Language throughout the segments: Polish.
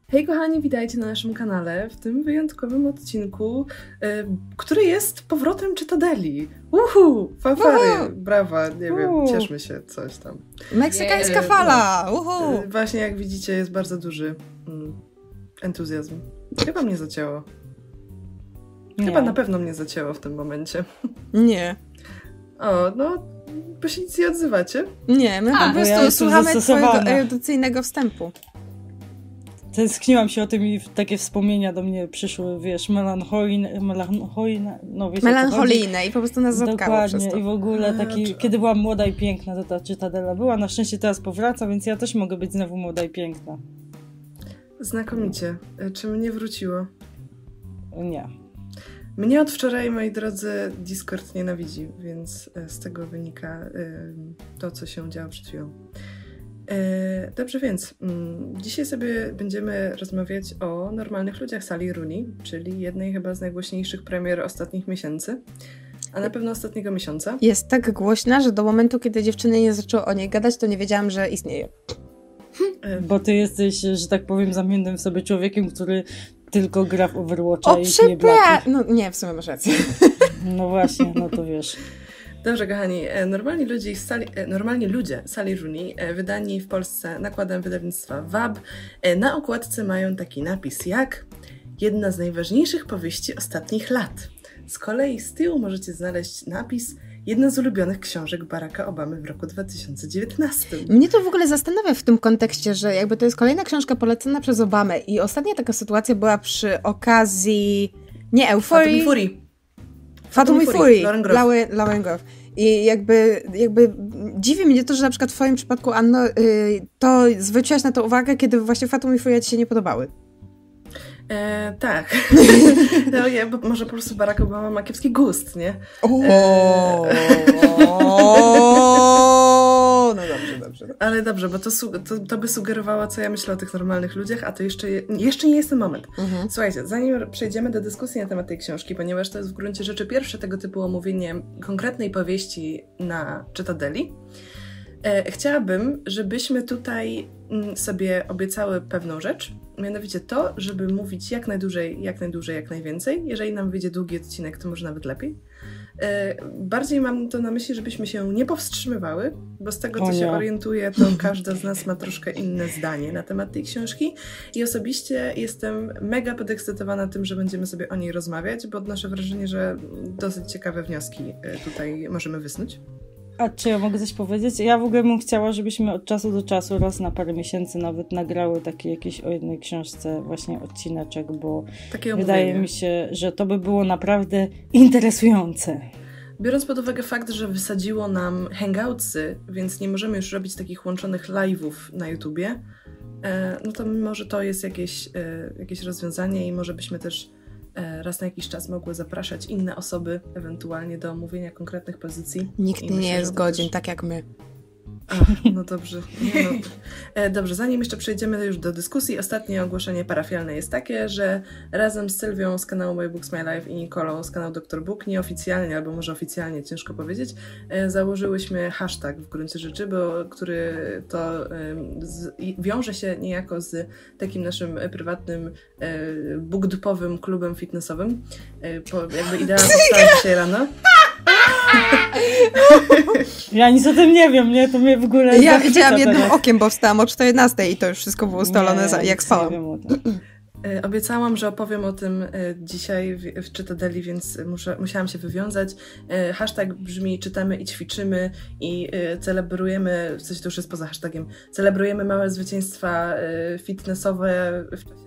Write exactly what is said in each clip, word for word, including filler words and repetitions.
Hej kochani, witajcie na naszym kanale w tym wyjątkowym odcinku, y, który jest powrotem Czytadeli. Uhu! Fanfary, uhu! Brawa, nie uhu! wiem, cieszmy się, coś tam. Meksykańska fala! Uhu! Y, właśnie jak widzicie jest bardzo duży mm, entuzjazm. Chyba mnie zacięło. Nie. Chyba na pewno mnie zacięło w tym momencie. Nie. O, no, bo się nic nie odzywacie. Nie, my A, po prostu ja słuchamy twojego erudycyjnego wstępu. Tęskniłam się o tym i takie wspomnienia do mnie przyszły, wiesz, melancholijne, melancholijne, no wiecie, melancholijne i po prostu nas zatkało przez to. I w ogóle taki, kiedy byłam młoda i piękna, to ta Czytadela była. Na szczęście teraz powraca, więc ja też mogę być znowu młoda i piękna. Znakomicie. Czy mnie wróciło? Nie. Mnie od wczoraj, moi drodzy, Discord nienawidzi, więc z tego wynika to, co się działo przed chwilą. Dobrze, więc dzisiaj sobie będziemy rozmawiać o normalnych ludziach Sally Rooney, czyli jednej chyba z najgłośniejszych premier ostatnich miesięcy, a na pewno ostatniego miesiąca. Jest tak głośna, że do momentu, kiedy dziewczyny nie zaczęły o niej gadać, to nie wiedziałam, że istnieje. Bo ty jesteś, że tak powiem, zamkniętym w sobie człowiekiem, który tylko gra w Overwatcha i nie blaki. No nie, w sumie masz rację. No właśnie, no to wiesz. Dobrze, kochani, normalni ludzie, Sally, normalni ludzie Sally Rooney, wydani w Polsce nakładem wydawnictwa W A B, na okładce mają taki napis jak jedna z najważniejszych powieści ostatnich lat. Z kolei z tyłu możecie znaleźć napis jedna z ulubionych książek Baracka Obamy w roku dwa tysiące dziewiętnastym. Mnie to w ogóle zastanawia w tym kontekście, że jakby to jest kolejna książka polecona przez Obamę i ostatnia taka sytuacja była przy okazji nie Euforii. Fatum i Furii. Fatum i Furii, Lauren Groff. I jakby, jakby dziwi mnie to, że na przykład w twoim przypadku, Anno, yy, to zwróciłaś na to uwagę, kiedy właśnie Fatum i Furia ci się nie podobały. E, tak. No, ja, bo może po prostu Barack Obama ma kiepski gust, nie? O, e, no dobrze, dobrze. Ale dobrze, bo to, to, to by sugerowało, co ja myślę o tych normalnych ludziach, a to jeszcze, je, jeszcze nie jest ten moment. Mhm. Słuchajcie, zanim przejdziemy do dyskusji na temat tej książki, ponieważ to jest w gruncie rzeczy pierwsze tego typu omówienie konkretnej powieści na Czytadeli, e, chciałabym, żebyśmy tutaj m, sobie obiecały pewną rzecz, mianowicie to, żeby mówić jak najdłużej, jak najdłużej, jak najwięcej. Jeżeli nam wyjdzie długi odcinek, to może nawet lepiej. E, bardziej mam to na myśli, żebyśmy się nie powstrzymywały, bo z tego, co się orientuję, to każda z nas ma troszkę inne zdanie na temat tej książki i osobiście jestem mega podekscytowana tym, że będziemy sobie o niej rozmawiać, bo odnoszę wrażenie, że dosyć ciekawe wnioski tutaj możemy wysnuć. A czy ja mogę coś powiedzieć? Ja w ogóle bym chciała, żebyśmy od czasu do czasu, raz na parę miesięcy nawet nagrały taki jakiś o jednej książce właśnie odcineczek, bo takie wydaje mi się, że to by było naprawdę interesujące. Biorąc pod uwagę fakt, że wysadziło nam hangoutsy, więc nie możemy już robić takich łączonych live'ów na YouTubie, no to może to jest jakieś, jakieś rozwiązanie i może byśmy też raz na jakiś czas mogły zapraszać inne osoby, ewentualnie do omówienia konkretnych pozycji. Nikt I nie myślę, jest godzin, też... tak jak my. Ach, no dobrze. No. E, dobrze, zanim jeszcze przejdziemy już do dyskusji, ostatnie ogłoszenie parafialne jest takie, że razem z Sylwią z kanału My Books, My Life i Nikolą z kanału doktor Book, nieoficjalnie, albo może oficjalnie, ciężko powiedzieć, e, założyłyśmy hashtag w gruncie rzeczy, bo, który to e, z, wiąże się niejako z takim naszym prywatnym e, bookdupowym klubem fitnessowym. E, po, jakby idea powstała dzisiaj rano. Ja nic o tym nie wiem, nie? To mnie w ogóle ja widziałam jednym teraz. okiem, bo wstałam o czternastej i to już wszystko było ustalone, nie, za, jak spałam. E, obiecałam, że opowiem o tym e, dzisiaj w, w Czytadeli, więc muszę, musiałam się wywiązać. E, hashtag brzmi czytamy i ćwiczymy i e, celebrujemy, w sensie to już jest poza hashtagiem, celebrujemy małe zwycięstwa e, fitnessowe w czasie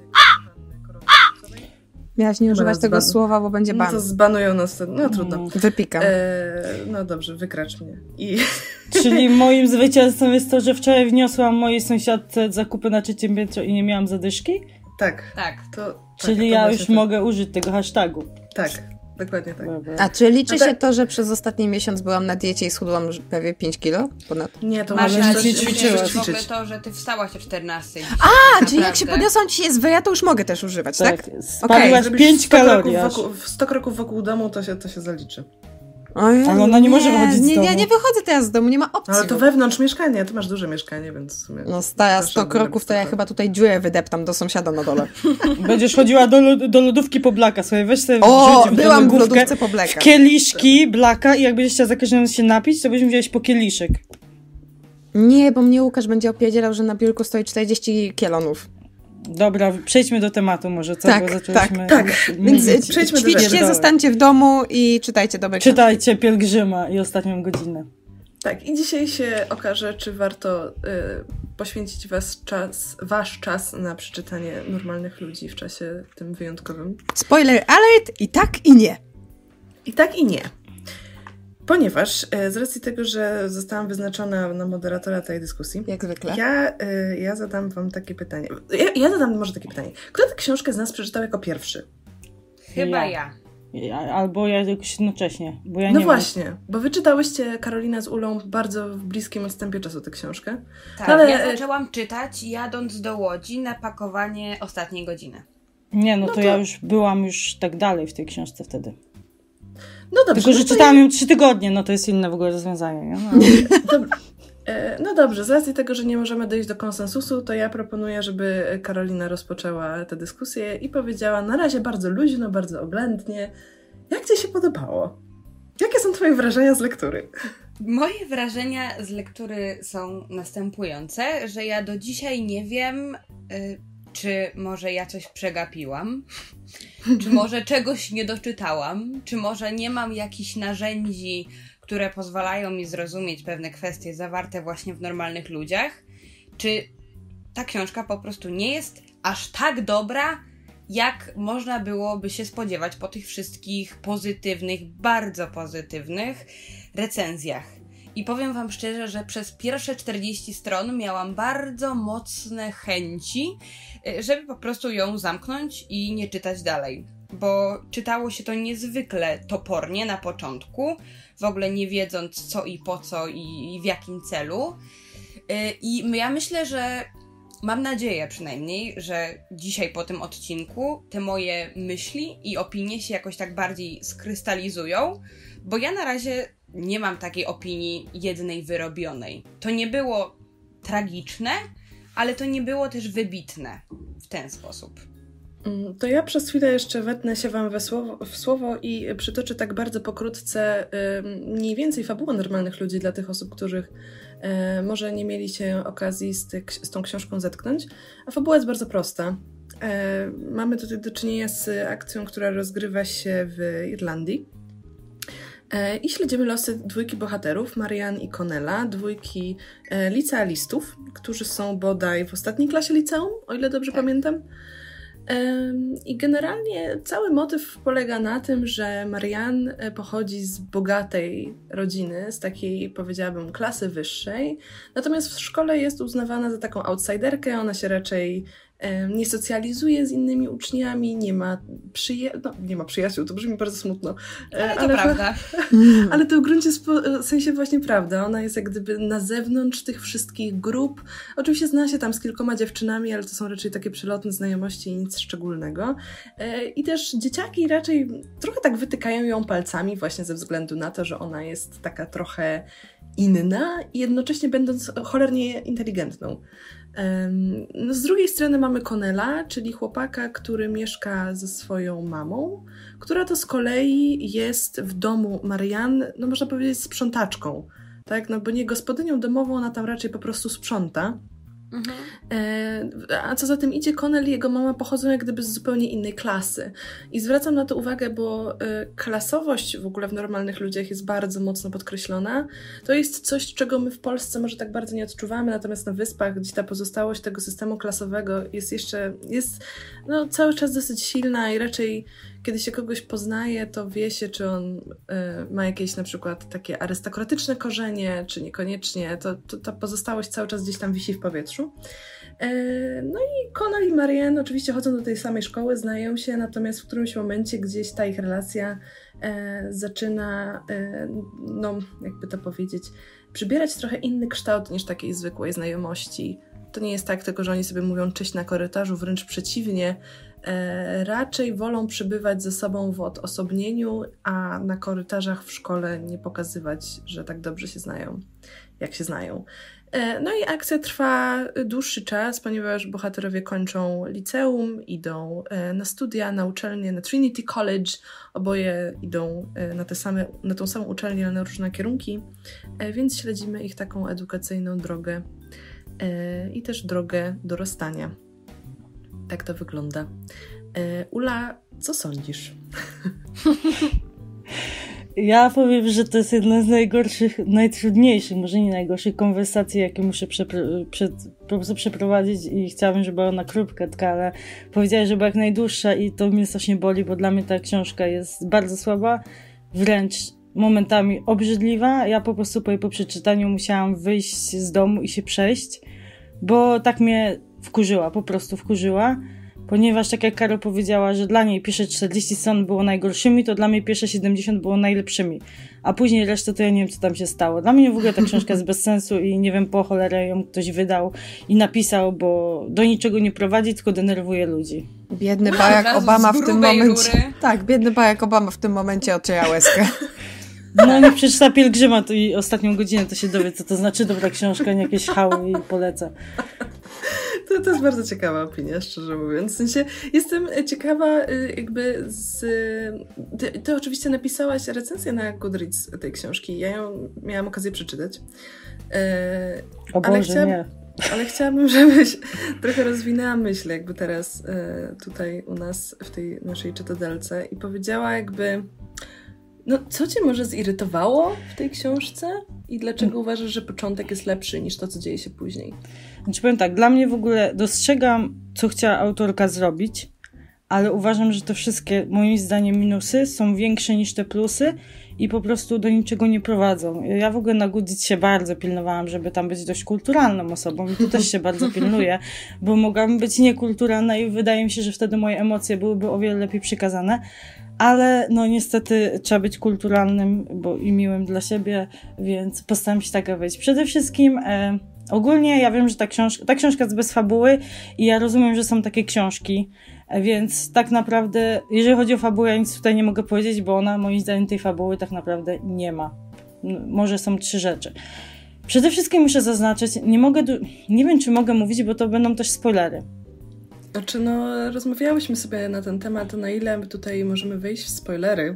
Miałaś nie używać tego zban... słowa, bo będzie ban. No to zbanują nas, no trudno. Wypikam. E, no dobrze, wykracz mnie. I... Czyli moim zwycięstwem jest to, że wczoraj wniosłam mojej sąsiadce zakupy na trzecim piętrze i nie miałam zadyszki? Tak. Tak. To, Czyli tak, ja już tak. mogę użyć tego hashtagu. Tak, dokładnie tak. A czy liczy no tak. się to, że przez ostatni miesiąc byłam na diecie i schudłam prawie pięć kilo? Ponad? Nie, to Masz, może nie ćwiczyłaś. W ogóle to, że ty wstałaś o czternastej. A, naprawdę. Czyli jak się podniosłam ci z ja to już mogę też używać, tak? tak? Spaliłaś okay. pięć kalorii. Wokół, sto kroków wokół domu to się, to się zaliczy. Ojej, ale ona nie, nie może wychodzić z nie, domu. Ja nie wychodzę teraz z domu, nie ma opcji. Ale to wewnątrz mieszkania, ty masz duże mieszkanie, więc w sumie... No stara sto kroków, to ja chyba tutaj dziurę wydeptam do sąsiada na dole. Będziesz chodziła do, do lodówki po blaka, sobie weź sobie O, byłam w lodówce po blaka. W kieliszki blaka i jak będziesz chciała za każdym razem się napić, to byśmy wziąć po kieliszek. Nie, bo mnie Łukasz będzie opierdzielał, że na biurku stoi czterdzieści kielonów. Dobra, przejdźmy do tematu może, co? Tak, bo zaczęliśmy tak, tak. Więc przejdźmy do ćwiczcie, zostańcie w domu i czytajcie dobre książki. Czytajcie Pielgrzyma i Ostatnią godzinę. Tak, i dzisiaj się okaże, czy warto y, poświęcić was czas, wasz czas na przeczytanie normalnych ludzi w czasie tym wyjątkowym. Spoiler alert! I tak, i nie. I tak, i nie. Ponieważ y, z racji tego, że zostałam wyznaczona na moderatora tej dyskusji, jak zwykle, ja, y, ja zadam wam takie pytanie. Ja, ja zadam może takie pytanie. Kto tę książkę z nas przeczytał jako pierwszy? Chyba ja. ja. Albo ja jakoś jednocześnie, bo ja no nie właśnie, wiem. bo wy czytałyście Karolina z Ulą bardzo w bliskim odstępie czasu tę książkę. Tak, ale... ja zaczęłam czytać jadąc do Łodzi na pakowanie Ostatniej godziny. Nie, no, no to, to ja już byłam już tak dalej w tej książce wtedy. No dobrze. Tylko, że no czytałam ja... ją trzy tygodnie, no to jest inne w ogóle rozwiązanie. Nie? No. No dobrze, z racji tego, że nie możemy dojść do konsensusu, to ja proponuję, żeby Karolina rozpoczęła tę dyskusję i powiedziała na razie bardzo luźno, bardzo oględnie, jak ci się podobało? Jakie są twoje wrażenia z lektury? Moje wrażenia z lektury są następujące, że ja do dzisiaj nie wiem, y, czy może ja coś przegapiłam, czy może czegoś nie doczytałam, czy może nie mam jakichś narzędzi, które pozwalają mi zrozumieć pewne kwestie zawarte właśnie w normalnych ludziach, czy ta książka po prostu nie jest aż tak dobra, jak można byłoby się spodziewać po tych wszystkich pozytywnych, bardzo pozytywnych recenzjach. I powiem wam szczerze, że przez pierwsze czterdzieści stron miałam bardzo mocne chęci, żeby po prostu ją zamknąć i nie czytać dalej. Bo czytało się to niezwykle topornie na początku, w ogóle nie wiedząc co i po co i w jakim celu. I ja myślę, że mam nadzieję przynajmniej, że dzisiaj po tym odcinku te moje myśli i opinie się jakoś tak bardziej skrystalizują, bo ja na razie nie mam takiej opinii jednej wyrobionej. To nie było tragiczne, ale to nie było też wybitne w ten sposób. To ja przez chwilę jeszcze wetnę się wam we słowo, w słowo i przytoczę tak bardzo pokrótce mniej więcej fabułę normalnych ludzi dla tych osób, których może nie mieli się okazji z, tych, z tą książką zetknąć. A fabuła jest bardzo prosta. Mamy tutaj do czynienia z akcją, która rozgrywa się w Irlandii. I śledzimy losy dwójki bohaterów, Marianne i Connella, dwójki licealistów, którzy są bodaj w ostatniej klasie liceum, o ile dobrze tak. pamiętam. I generalnie cały motyw polega na tym, że Marianne pochodzi z bogatej rodziny, z takiej, powiedziałabym, klasy wyższej, natomiast w szkole jest uznawana za taką outsiderkę, ona się raczej nie socjalizuje z innymi uczniami, nie ma, przyja- no, nie ma przyjaciół, to brzmi bardzo smutno. Ale to ale, prawda. Ale to w gruncie spo- sensie właśnie prawda. Ona jest jak gdyby na zewnątrz tych wszystkich grup. Oczywiście zna się tam z kilkoma dziewczynami, ale to są raczej takie przelotne znajomości i nic szczególnego. I też dzieciaki raczej trochę tak wytykają ją palcami właśnie ze względu na to, że ona jest taka trochę inna i jednocześnie będąc cholernie inteligentną. No z drugiej strony mamy Connella, czyli chłopaka, który mieszka ze swoją mamą, która to z kolei jest w domu Marianne, no można powiedzieć sprzątaczką, tak? No bo nie gospodynią domową, ona tam raczej po prostu sprząta. Mhm. A co za tym idzie, Connell i jego mama pochodzą jak gdyby z zupełnie innej klasy. I zwracam na to uwagę, bo klasowość w ogóle w normalnych ludziach jest bardzo mocno podkreślona. To jest coś, czego my w Polsce może tak bardzo nie odczuwamy, natomiast na Wyspach, gdzie ta pozostałość tego systemu klasowego jest jeszcze, jest no, cały czas dosyć silna i raczej kiedy się kogoś poznaje, to wie się, czy on y, ma jakieś na przykład takie arystokratyczne korzenie, czy niekoniecznie. To, to ta pozostałość cały czas gdzieś tam wisi w powietrzu. Y, no i Connell i Marianne oczywiście chodzą do tej samej szkoły, znają się, natomiast w którymś momencie gdzieś ta ich relacja y, zaczyna, y, no jakby to powiedzieć, przybierać trochę inny kształt niż takiej zwykłej znajomości. To nie jest tak tylko, że oni sobie mówią cześć na korytarzu, wręcz przeciwnie. e, raczej wolą przybywać ze sobą w odosobnieniu, a na korytarzach w szkole nie pokazywać, że tak dobrze się znają, jak się znają. E, no i akcja trwa dłuższy czas, ponieważ bohaterowie kończą liceum, idą e, na studia, na uczelnię, na Trinity College, oboje idą e, na, te same, na tą samą uczelnię, ale na różne kierunki, e, więc śledzimy ich taką edukacyjną drogę e, i też drogę dorastania. Tak to wygląda. E, Ula, co sądzisz? Ja powiem, że to jest jedna z najgorszych, najtrudniejszych, może nie najgorszych konwersacji, jakie muszę przepr- przed, po prostu przeprowadzić i chciałabym, żeby była na krótkę, ale powiedziałaś, że była jak najdłuższa i to mnie strasznie boli, bo dla mnie ta książka jest bardzo słaba, wręcz momentami obrzydliwa. Ja po prostu po jej po przeczytaniu musiałam wyjść z domu i się przejść, bo tak mnie wkurzyła, po prostu wkurzyła. Ponieważ, tak jak Karol powiedziała, że dla niej pierwsze czterdzieści stron było najgorszymi, to dla mnie pierwsze siedemdziesiąt było najlepszymi. A później resztę to ja nie wiem, co tam się stało. Dla mnie w ogóle ta książka jest bez sensu i nie wiem, po cholerę ją ktoś wydał i napisał, bo do niczego nie prowadzi, tylko denerwuje ludzi. Biedny Barack Obama w tym momencie... Rury. Tak, biedny Barack Obama w tym momencie ociera łezkę. No nie przeczyta Pielgrzyma to i ostatnią godzinę to się dowie, co to znaczy dobra książka, nie jakieś hały i poleca. To, to jest bardzo ciekawa opinia, szczerze mówiąc. W sensie jestem ciekawa jakby z... Ty, ty oczywiście napisałaś recenzję na Goodreads tej książki. Ja ją miałam okazję przeczytać. E, o Boże, ale chciałam, nie. Ale chciałabym, żebyś trochę rozwinęła myśl jakby teraz e, tutaj u nas w tej naszej czytadelce i powiedziała jakby... No, co cię może zirytowało w tej książce i dlaczego uważasz, że początek jest lepszy niż to, co dzieje się później? Znaczy powiem tak, dla mnie w ogóle dostrzegam, co chciała autorka zrobić, ale uważam, że te wszystkie, moim zdaniem, minusy są większe niż te plusy i po prostu do niczego nie prowadzą. Ja w ogóle na Goodreads się bardzo pilnowałam, żeby tam być dość kulturalną osobą i tu też się bardzo pilnuję, bo mogłabym być niekulturalna i wydaje mi się, że wtedy moje emocje byłyby o wiele lepiej przekazane. Ale no niestety trzeba być kulturalnym bo i miłym dla siebie, więc postaram się tak być. Przede wszystkim e, ogólnie ja wiem, że ta książka, ta książka jest bez fabuły i ja rozumiem, że są takie książki, e, więc tak naprawdę, jeżeli chodzi o fabułę, ja nic tutaj nie mogę powiedzieć, bo ona moim zdaniem tej fabuły tak naprawdę nie ma. N- może są trzy rzeczy. Przede wszystkim muszę zaznaczyć, nie mogę, nie wiem czy mogę mówić, bo to będą też spoilery. Znaczy, no, rozmawiałyśmy sobie na ten temat, na ile tutaj możemy wejść w spoilery.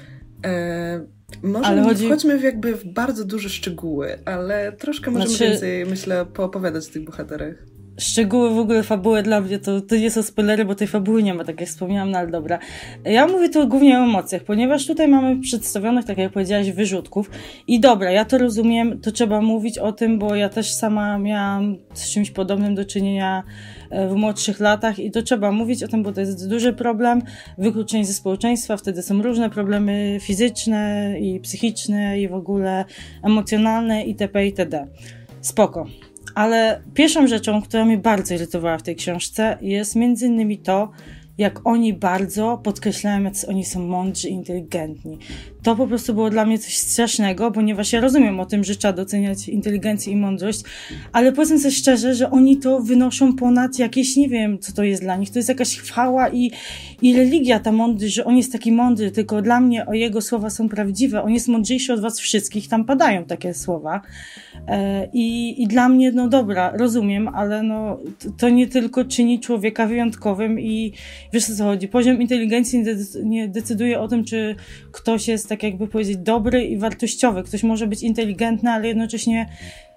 E, może ale nie chodzi... wchodźmy w jakby w bardzo duże szczegóły, ale troszkę możemy znaczy... więcej, myślę, poopowiadać o tych bohaterach. Szczegóły w ogóle fabuły dla mnie to, to nie są spoilery, bo tej fabuły nie ma, tak jak wspomniałam, no ale dobra. Ja mówię tu głównie o emocjach, ponieważ tutaj mamy przedstawionych, tak jak powiedziałaś, wyrzutków i dobra, ja to rozumiem, to trzeba mówić o tym, bo ja też sama miałam z czymś podobnym do czynienia w młodszych latach i to trzeba mówić o tym, bo to jest duży problem, wykluczenie ze społeczeństwa, wtedy są różne problemy fizyczne i psychiczne i w ogóle emocjonalne itp. itd. Spoko. Ale pierwszą rzeczą, która mnie bardzo irytowała w tej książce jest między innymi to, jak oni bardzo podkreślają, jak oni są mądrzy i inteligentni. To po prostu było dla mnie coś strasznego, ponieważ ja rozumiem o tym, że trzeba doceniać inteligencję i mądrość, ale powiedzmy sobie szczerze, że oni to wynoszą ponad jakieś, nie wiem, co to jest dla nich. To jest jakaś chwała i, i religia ta mądry, że on jest taki mądry, tylko dla mnie o jego słowa są prawdziwe. On jest mądrzejszy od was wszystkich, tam padają takie słowa. E, i, I dla mnie, no dobra, rozumiem, ale no to, to nie tylko czyni człowieka wyjątkowym i wiesz o co chodzi. Poziom inteligencji nie, de- nie decyduje o tym, czy ktoś jest tak jakby powiedzieć dobry i wartościowy. Ktoś może być inteligentny, ale jednocześnie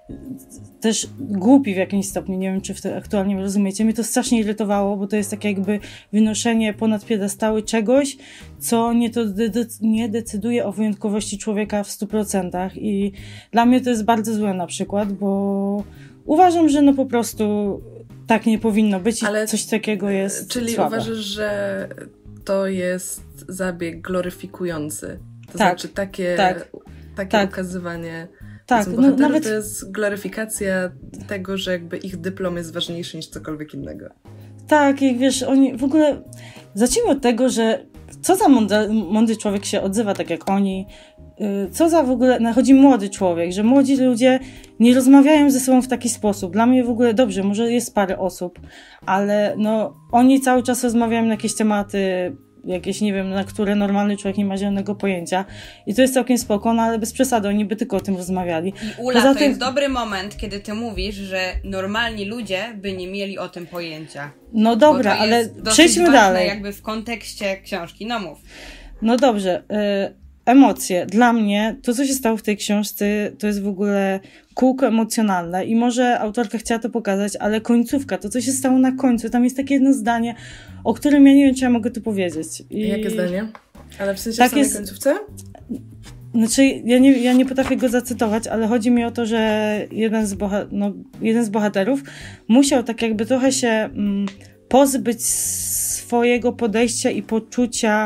też głupi w jakimś stopniu. Nie wiem, czy to aktualnie rozumiecie. Mnie to strasznie irytowało, bo to jest tak jakby wynoszenie ponad piedestały czegoś, co nie, to de- de- nie decyduje o wyjątkowości człowieka w stu procentach. I dla mnie to jest bardzo złe na przykład, bo uważam, że no po prostu tak nie powinno być i ale coś takiego jest czyli słabe. Uważasz, że to jest zabieg gloryfikujący? To tak, znaczy takie, tak, takie tak. ukazywanie tak, no, nawet... to jest gloryfikacja tego, że jakby ich dyplom jest ważniejszy niż cokolwiek innego. Tak, i wiesz, oni w ogóle zacznijmy od tego, że co za mądry, mądry człowiek się odzywa tak jak oni, co za w ogóle, nachodzi młody człowiek, że młodzi ludzie nie rozmawiają ze sobą w taki sposób. Dla mnie w ogóle dobrze, może jest parę osób, ale no oni cały czas rozmawiają na jakieś tematy, jakieś, nie wiem, na które normalny człowiek nie ma zielonego pojęcia. I to jest całkiem spoko, no ale bez przesady, oni by tylko o tym rozmawiali. I Ula, Poza to tym... jest dobry moment, kiedy ty mówisz, że normalni ludzie by nie mieli o tym pojęcia. No dobra, ale przejdźmy dalej. Jakby w kontekście książki, no mów. No dobrze, y- emocje. Dla mnie to, co się stało w tej książce, to jest w ogóle kółko emocjonalne i może autorka chciała to pokazać, ale końcówka, to, co się stało na końcu, tam jest takie jedno zdanie, o którym ja nie wiem, czy ja mogę tu powiedzieć. I... Jakie zdanie? Ale w sensie tak w samej jest... końcówce? Znaczy, ja nie, ja nie potrafię go zacytować, ale chodzi mi o to, że jeden z, boha- no, jeden z bohaterów musiał tak jakby trochę się mm, pozbyć swojego podejścia i poczucia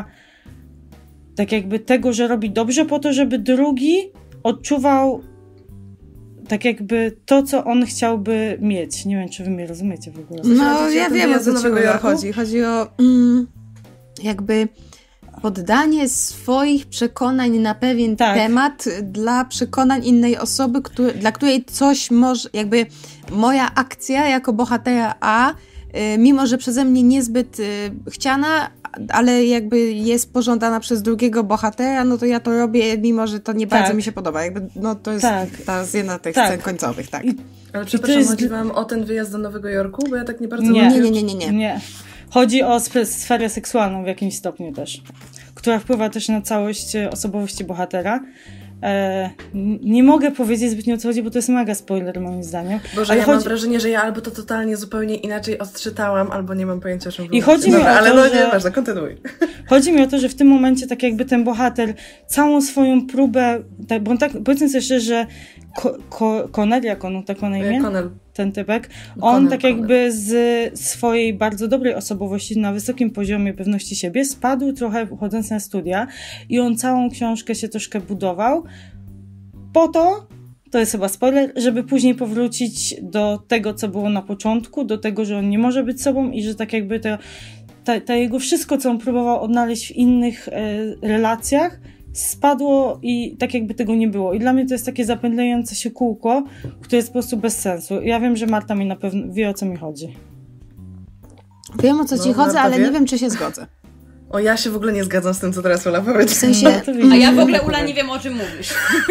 tak jakby tego, że robi dobrze po to, żeby drugi odczuwał tak jakby to, co on chciałby mieć. Nie wiem, czy wy mnie rozumiecie w ogóle. No, ja wiem, o co ci chodzi. Chodzi o mm, jakby poddanie swoich przekonań na pewien tak. temat dla przekonań innej osoby, który, dla której coś może, jakby moja akcja jako bohatera A, y, mimo że przeze mnie niezbyt y, chciana, ale jakby jest pożądana przez drugiego bohatera, no to ja to robię, mimo że to nie tak. bardzo mi się podoba. Jakby, no to jest tak. ta jedna tych tak. scen końcowych, tak. I, ale przepraszam, jest... chodzi wam o ten wyjazd do Nowego Jorku? Bo ja tak nie bardzo... Nie, nie, nie, nie, nie, nie. nie. Chodzi o sferę seksualną w jakimś stopniu też, która wpływa też na całość osobowości bohatera. E, nie mogę powiedzieć zbytnio o co chodzi, bo to jest mega spoiler moim zdaniem. Boże, ale ja chodzi... mam wrażenie, że ja albo to totalnie zupełnie inaczej odczytałam, albo nie mam pojęcia, o czym I chodzi mi Dobra, o to, ale no że... nie ważne, kontynuuj. Chodzi mi o to, że w tym momencie tak jakby ten bohater całą swoją próbę, tak, bo on tak, powiedzmy sobie szczerze, że Ko- Ko- Connell, jak on tak ma na imię? Connell. Ten typek, on Connell, tak jakby Connell. z swojej bardzo dobrej osobowości na wysokim poziomie pewności siebie spadł trochę wchodząc na studia i on całą książkę się troszkę budował po to, to jest chyba spoiler, żeby później powrócić do tego, co było na początku, do tego, że on nie może być sobą i że tak jakby to, ta, ta jego wszystko, co on próbował odnaleźć w innych e, relacjach, spadło i tak jakby tego nie było. I dla mnie to jest takie zapętlające się kółko, które jest po prostu bez sensu. Ja wiem, że Marta mi na pewno wie, o co mi chodzi. Wiem, o co ci no, chodzi, ale wie? nie wiem, czy się zgodzę. O, ja się w ogóle nie zgadzam z tym, co teraz Ula powiedziała. W sensie... A ja w ogóle, Ula, nie wiem, o czym mówisz.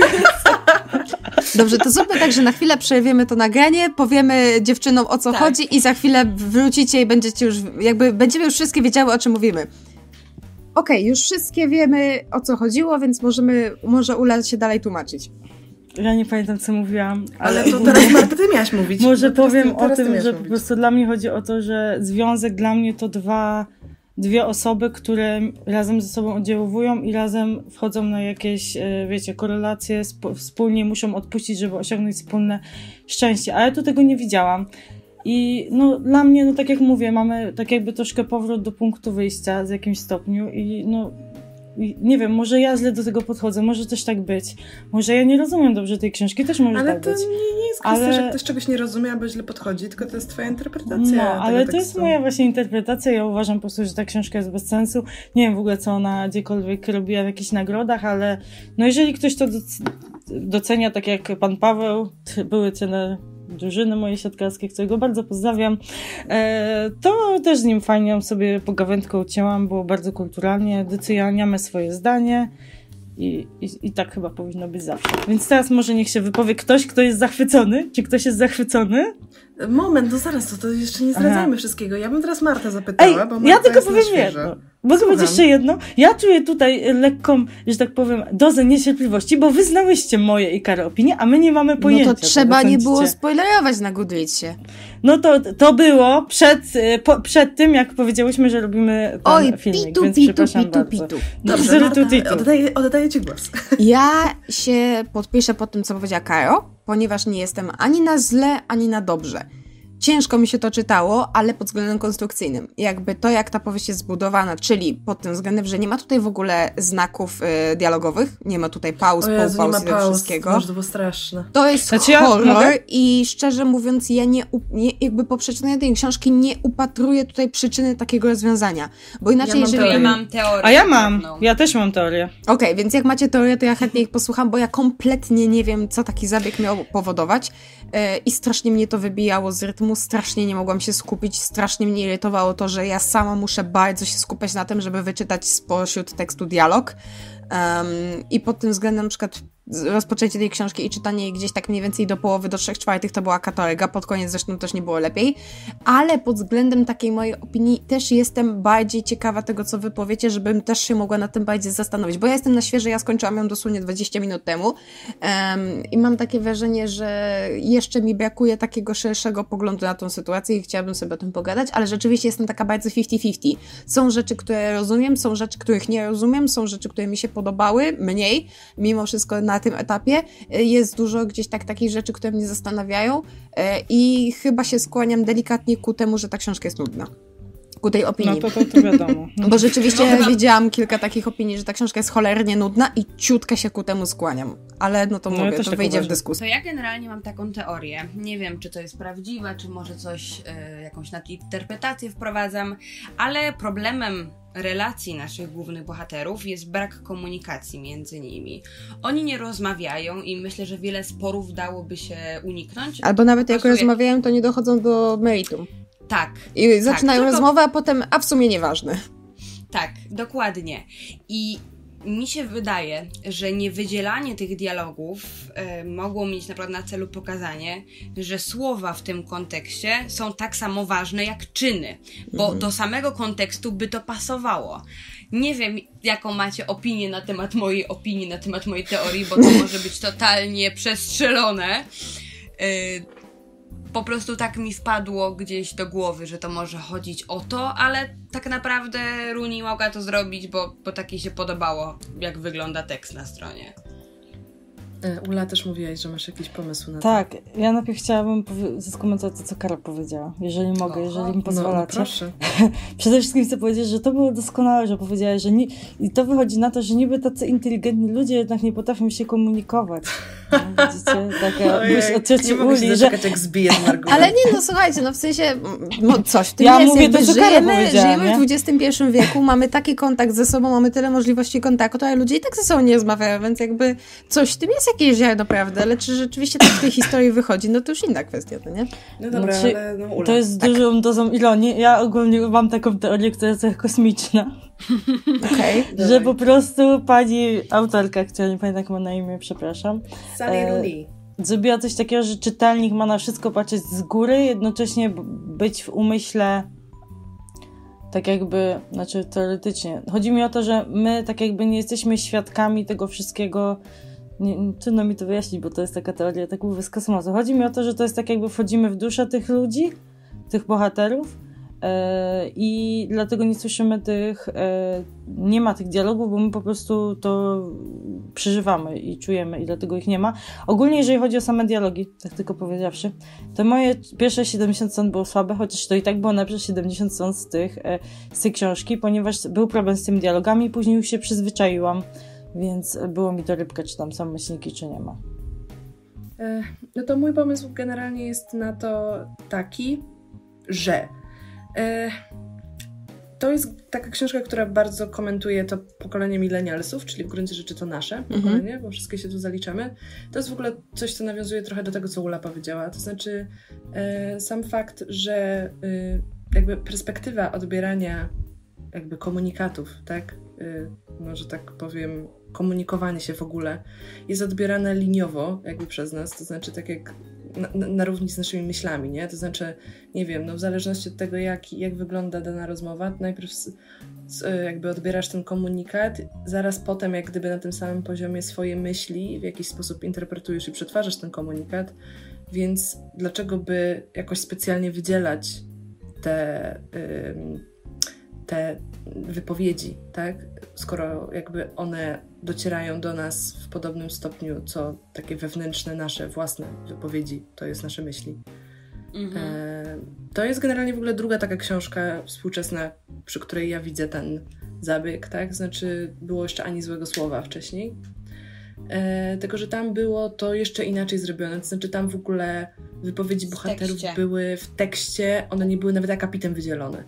Dobrze, to zróbmy tak, że na chwilę przerwiemy to nagranie, powiemy dziewczynom, o co tak. chodzi i za chwilę wrócicie i będziecie już, jakby będziemy już wszystkie wiedziały, o czym mówimy. Okej, okay, już wszystkie wiemy, o co chodziło, więc możemy, może Ula się dalej tłumaczyć. Ja nie pamiętam, co mówiłam. Ale, ale to teraz, Marta, ty miałaś mówić. Może no, powiem ty, o tym, że mówić. Po prostu dla mnie chodzi o to, że związek dla mnie to dwa, dwie osoby, które razem ze sobą oddziaływują i razem wchodzą na jakieś, wiecie, korelacje, sp- wspólnie muszą odpuścić, żeby osiągnąć wspólne szczęście. A ja tu tego nie widziałam. I no dla mnie, no tak jak mówię, mamy tak jakby troszkę powrót do punktu wyjścia w jakimś stopniu i no i nie wiem, może ja źle do tego podchodzę, może też tak być. Może ja nie rozumiem dobrze tej książki, też może ale tak być. Ale to nie, nie jest kwestia, ale... że ktoś czegoś nie rozumie albo źle podchodzi, tylko to jest twoja interpretacja. No, ale tego to jest moja właśnie interpretacja. Ja uważam po prostu, że ta książka jest bez sensu. Nie wiem w ogóle, co ona gdziekolwiek robiła w jakichś nagrodach, ale no jeżeli ktoś to docenia, tak jak pan Paweł, były trener drużyny mojej siatkarskiej, którego bardzo pozdrawiam, e, to też z nim fajnie sobie pogawędkę ucięłam, było bardzo kulturalnie, doceniamy swoje zdanie i, i, i tak chyba powinno być zawsze. Więc teraz może niech się wypowie ktoś, kto jest zachwycony. Czy ktoś jest zachwycony? Moment, no zaraz, to, to jeszcze nie zdradzajmy Aha. wszystkiego. Ja bym teraz Martę zapytała, Ej, bo Marta ja tylko powiem jedno. Mogę powiedzieć jeszcze jedno? Ja czuję tutaj lekką, że tak powiem, dozę niecierpliwości, bo wy znałyście moje i Kary opinie, a my nie mamy pojęcia. No to trzeba nie było spoilerować na Goodreadsie. No to, to było przed, po, przed tym, jak powiedziałyśmy, że robimy ten Oj, filmik, pitu, więc pitu, przepraszam pitu, bardzo. pitu. Dobrze, Marta, oddaję, oddaję ci głos. Ja się podpiszę pod tym, co powiedziała Karo, ponieważ nie jestem ani na źle, ani na dobrze. ciężko mi się to czytało, ale pod względem konstrukcyjnym. Jakby to, jak ta powieść jest zbudowana, czyli pod tym względem, że nie ma tutaj w ogóle znaków y, dialogowych, nie ma tutaj pauz, o Jezu, półpauz nie ma pauz, wszystkiego. To było straszne. To jest znaczy, ja horror mogę? i szczerze mówiąc, ja nie, nie jakby po przeczytaniu tej książki nie upatruję tutaj przyczyny takiego rozwiązania. Bo inaczej, ja mam jeżeli... Ja mam teorię. A ja mam, ja też mam teorię. Okej, okay, więc jak macie teorię, to ja chętnie ich posłucham, bo ja kompletnie nie wiem, co taki zabieg miał powodować yy, i strasznie mnie to wybijało z rytmu, strasznie nie mogłam się skupić, strasznie mnie irytowało to, że ja sama muszę bardzo się skupiać na tym, żeby wyczytać spośród tekstu dialog. Um, I pod tym względem na przykład rozpoczęcie tej książki i czytanie jej gdzieś tak mniej więcej do połowy, do trzech czwartych to była katoryga, pod koniec zresztą też nie było lepiej, ale pod względem takiej mojej opinii też jestem bardziej ciekawa tego, co wy powiecie, żebym też się mogła nad tym bardziej zastanowić, bo ja jestem na świeże, ja skończyłam ją dosłownie dwadzieścia minut temu um, i mam takie wrażenie, że jeszcze mi brakuje takiego szerszego poglądu na tą sytuację i chciałabym sobie o tym pogadać, ale rzeczywiście jestem taka bardzo fifty fifty. Są rzeczy, które rozumiem, są rzeczy, których nie rozumiem, są rzeczy, które mi się podobały, mniej, mimo wszystko na tym etapie. Jest dużo gdzieś tak takich rzeczy, które mnie zastanawiają i chyba się skłaniam delikatnie ku temu, że ta książka jest nudna. Ku tej opinii. No to, to, to wiadomo. No. Bo rzeczywiście no, widziałam kilka takich opinii, że ta książka jest cholernie nudna i ciutkę się ku temu skłaniam. Ale no to no, mówię, ja to tak wyjdzie uważam. W dyskusji. To ja generalnie mam taką teorię. Nie wiem, czy to jest prawdziwe, czy może coś, y, jakąś interpretację wprowadzam, ale problemem relacji naszych głównych bohaterów jest brak komunikacji między nimi. Oni nie rozmawiają i myślę, że wiele sporów dałoby się uniknąć. Albo nawet jak rozmawiają, to nie dochodzą do meritum. Tak. I zaczynają tak, rozmowę, tylko... a potem, a w sumie nieważne. Tak, dokładnie. I mi się wydaje, że niewydzielanie tych dialogów y, mogło mieć naprawdę na celu pokazanie, że słowa w tym kontekście są tak samo ważne jak czyny, bo mhm. do samego kontekstu by to pasowało. Nie wiem, jaką macie opinię na temat mojej opinii, na temat mojej teorii, bo to może być totalnie przestrzelone. Y, Po prostu tak mi wpadło gdzieś do głowy, że to może chodzić o to, ale tak naprawdę Rooney mogła to zrobić, bo, bo tak jej się podobało, jak wygląda tekst na stronie. Ula, też mówiłaś, że masz jakiś pomysł na to. Tak, ja najpierw chciałabym powie- skomentować to, co Kara powiedziała, jeżeli mogę, Oho, jeżeli mi pozwalacie. No, proszę. Przede wszystkim chcę powiedzieć, że to było doskonałe, że powiedziałaś, że ni- i to wychodzi na to, że niby tacy inteligentni ludzie jednak nie potrafią się komunikować. No, widzicie? Taka myśl o cioci nie Uli, mogę się doczekać, że... jak zbije ten argument. Ale nie, no słuchajcie, no w sensie no, coś w tym ja jest. Mówię to, co żyjemy, żyjemy nie? w dwudziestym pierwszym wieku, mamy taki kontakt ze sobą, mamy tyle możliwości kontaktu, ale ludzie i tak ze sobą nie rozmawiają, więc jakby coś w tym jest jakieś ziarno prawdy, ale czy rzeczywiście tak z tej historii wychodzi, no to już inna kwestia, to nie? No dobra, znaczy, ale no Ula. To jest tak. dużą dozą ironii. Ja ogólnie mam taką teorię, która jest trochę kosmiczna. Okej. Okay. Że po prostu pani autorka, która nie pamiętam jak ma na imię, przepraszam. Sally Rooney. Zrobiła coś takiego, że czytelnik ma na wszystko patrzeć z góry, jednocześnie być w umyśle tak jakby, znaczy teoretycznie. Chodzi mi o to, że my tak jakby nie jesteśmy świadkami tego wszystkiego. Nie, trudno mi to wyjaśnić, bo to jest taka teoria, tak mówię z kosmosu. Chodzi mi o to, że to jest tak jakby wchodzimy w duszę tych ludzi, tych bohaterów yy, i dlatego nie słyszymy tych, yy, nie ma tych dialogów, bo my po prostu to przeżywamy i czujemy i dlatego ich nie ma. Ogólnie jeżeli chodzi o same dialogi, tak tylko powiedziawszy, to moje pierwsze siedemdziesiąt stron było słabe, chociaż to i tak było najpierw siedemdziesiąt stron z, tych, yy, z tej książki, ponieważ był problem z tymi dialogami i później już się przyzwyczaiłam. Więc było mi to rybka, czy tam są myślniki, czy nie ma. No to mój pomysł generalnie jest na to taki, że to jest taka książka, która bardzo komentuje to pokolenie milenialsów, czyli w gruncie rzeczy to nasze pokolenie, mhm. bo wszystkie się tu zaliczamy. To jest w ogóle coś, co nawiązuje trochę do tego, co Ula powiedziała. To znaczy sam fakt, że jakby perspektywa odbierania jakby komunikatów, tak? Może tak powiem, komunikowanie się w ogóle jest odbierane liniowo jakby przez nas, to znaczy tak jak na, na równi z naszymi myślami, nie? To znaczy, nie wiem, no w zależności od tego jak, jak wygląda dana rozmowa, najpierw z, z, jakby odbierasz ten komunikat, zaraz potem jak gdyby na tym samym poziomie swoje myśli w jakiś sposób interpretujesz i przetwarzasz ten komunikat, więc dlaczego by jakoś specjalnie wydzielać te ym, te wypowiedzi, tak? Skoro jakby one docierają do nas w podobnym stopniu, co takie wewnętrzne nasze własne wypowiedzi, to jest nasze myśli. Mhm. E, to jest generalnie w ogóle druga taka książka współczesna, przy której ja widzę ten zabieg, tak? Znaczy było jeszcze Ani złego słowa wcześniej. E, tylko, że tam było to jeszcze inaczej zrobione. To znaczy tam w ogóle wypowiedzi bohaterów były w tekście, one nie były nawet akapitem wydzielone.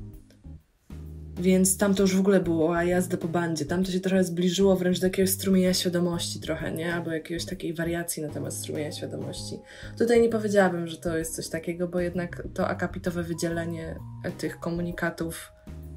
Więc tam to już w ogóle było, a jazda po bandzie. Tam to się trochę zbliżyło wręcz do jakiegoś strumienia świadomości trochę, nie? Albo jakiejś takiej wariacji na temat strumienia świadomości. Tutaj nie powiedziałabym, że to jest coś takiego, bo jednak to akapitowe wydzielenie tych komunikatów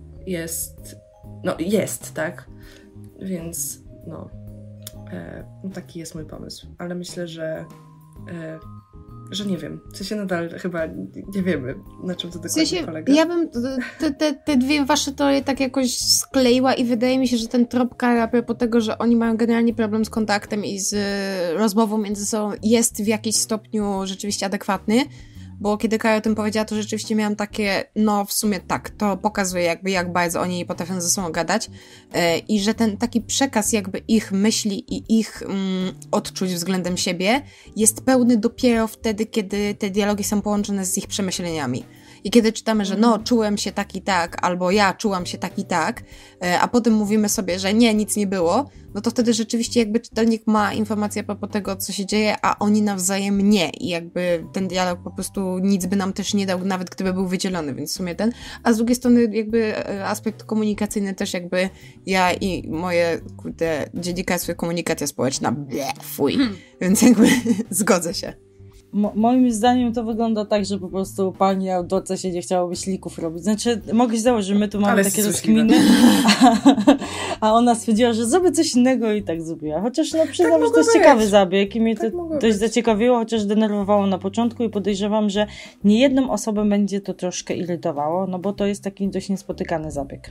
jest, no jest, tak? Więc no, e, taki jest mój pomysł. Ale myślę, że e, że nie wiem, w sensie nadal chyba nie wiemy, na czym to dokładnie w sensie, polega. Ja bym te, te, te dwie wasze teorie tak jakoś skleiła i wydaje mi się, że ten trop Kary a propos tego, że oni mają generalnie problem z kontaktem i z rozmową między sobą jest w jakimś stopniu rzeczywiście adekwatny, bo kiedy Kara o tym powiedziała, to rzeczywiście miałam takie, no w sumie tak, to pokazuje jakby jak bardzo oni potrafią ze sobą gadać yy, i że ten taki przekaz jakby ich myśli i ich mm, odczuć względem siebie jest pełny dopiero wtedy, kiedy te dialogi są połączone z ich przemyśleniami. I kiedy czytamy, że no, czułem się tak i tak, albo ja czułam się tak i tak, a potem mówimy sobie, że nie, nic nie było, no to wtedy rzeczywiście jakby czytelnik ma informację a propos tego, co się dzieje, a oni nawzajem nie. I jakby ten dialog po prostu nic by nam też nie dał, nawet gdyby był wydzielony, więc w sumie ten. A z drugiej strony jakby aspekt komunikacyjny też jakby ja i moje, kurde, dziennikarstwo i komunikacja społeczna, ble, fuj. Hmm. Więc jakby zgodzę się. Mo- moim zdaniem to wygląda tak, że po prostu pani autorce się nie chciało myślików robić. Znaczy, mogę się założyć, że my tu mamy ale takie rozkminy, a, a ona stwierdziła, że zrobię coś innego i tak zrobiła. Chociaż no przyznam, tak że to jest być. ciekawy zabieg i mnie tak to dość być. zaciekawiło, chociaż denerwowało na początku i podejrzewam, że niejedną osobę będzie to troszkę irytowało, no bo to jest taki dość niespotykany zabieg.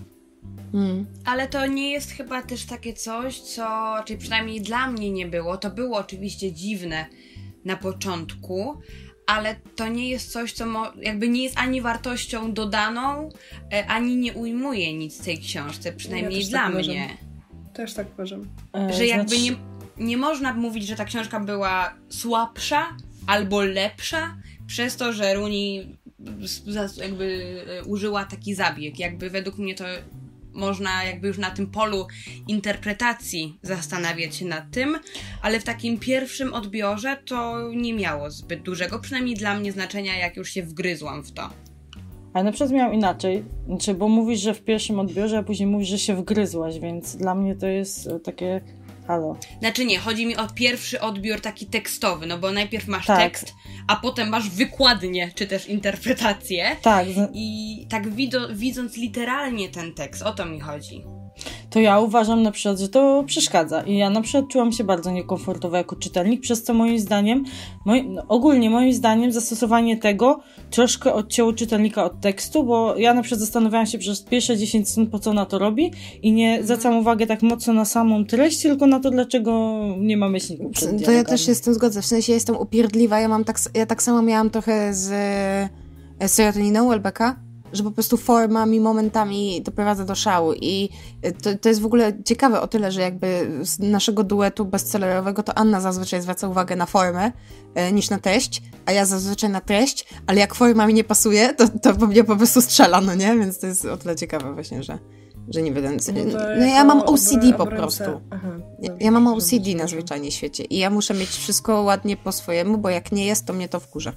Hmm. Ale to nie jest chyba też takie coś, co, czyli przynajmniej dla mnie nie było, to było oczywiście dziwne na początku, ale to nie jest coś, co mo- jakby nie jest ani wartością dodaną, e, ani nie ujmuje nic w tej książce, przynajmniej ja dla tak mnie. Uważam. Też tak uważam. E, że jakby znaczy... nie, nie można mówić, że ta książka była słabsza albo lepsza przez to, że Rooney jakby użyła taki zabieg. Jakby według mnie to można jakby już na tym polu interpretacji zastanawiać się nad tym, ale w takim pierwszym odbiorze to nie miało zbyt dużego, przynajmniej dla mnie, znaczenia, jak już się wgryzłam w to. Ale na przykład miałam inaczej, znaczy, bo mówisz, że w pierwszym odbiorze, a później mówisz, że się wgryzłaś, więc dla mnie to jest takie halo. Znaczy nie, chodzi mi o pierwszy odbiór taki tekstowy, no bo najpierw masz tak. tekst, a potem masz wykładnię, czy też interpretację. Tak. I tak wido- widząc literalnie ten tekst, o to mi chodzi. To ja uważam na przykład, że to przeszkadza i ja na przykład czułam się bardzo niekomfortowo jako czytelnik, przez co moim zdaniem, moi, no, ogólnie moim zdaniem zastosowanie tego troszkę odcięło czytelnika od tekstu, bo ja na przykład zastanawiałam się przez pierwsze dziesięć stron, po co ona to robi i nie zwracam uwagę tak mocno na samą treść, tylko na to, dlaczego nie ma myślników przed dialogami. To ja też się z tym zgodzę, w sensie jestem upierdliwa, ja mam tak, ja tak samo miałam trochę z serotoniną Welbecka, że po prostu forma mi momentami doprowadza do szału i to, to jest w ogóle ciekawe o tyle, że jakby z naszego duetu bestsellerowego to Anna zazwyczaj zwraca uwagę na formę e, niż na treść, a ja zazwyczaj na treść, ale jak forma mi nie pasuje, to, to po mnie po prostu strzela, no nie? Więc to jest o tyle ciekawe właśnie, że, że nie będę... No, no ja mam O C D po prostu. Aha, ja, ja mam O C D na zwyczajnie świecie i ja muszę mieć wszystko ładnie po swojemu, bo jak nie jest, to mnie to wkurza.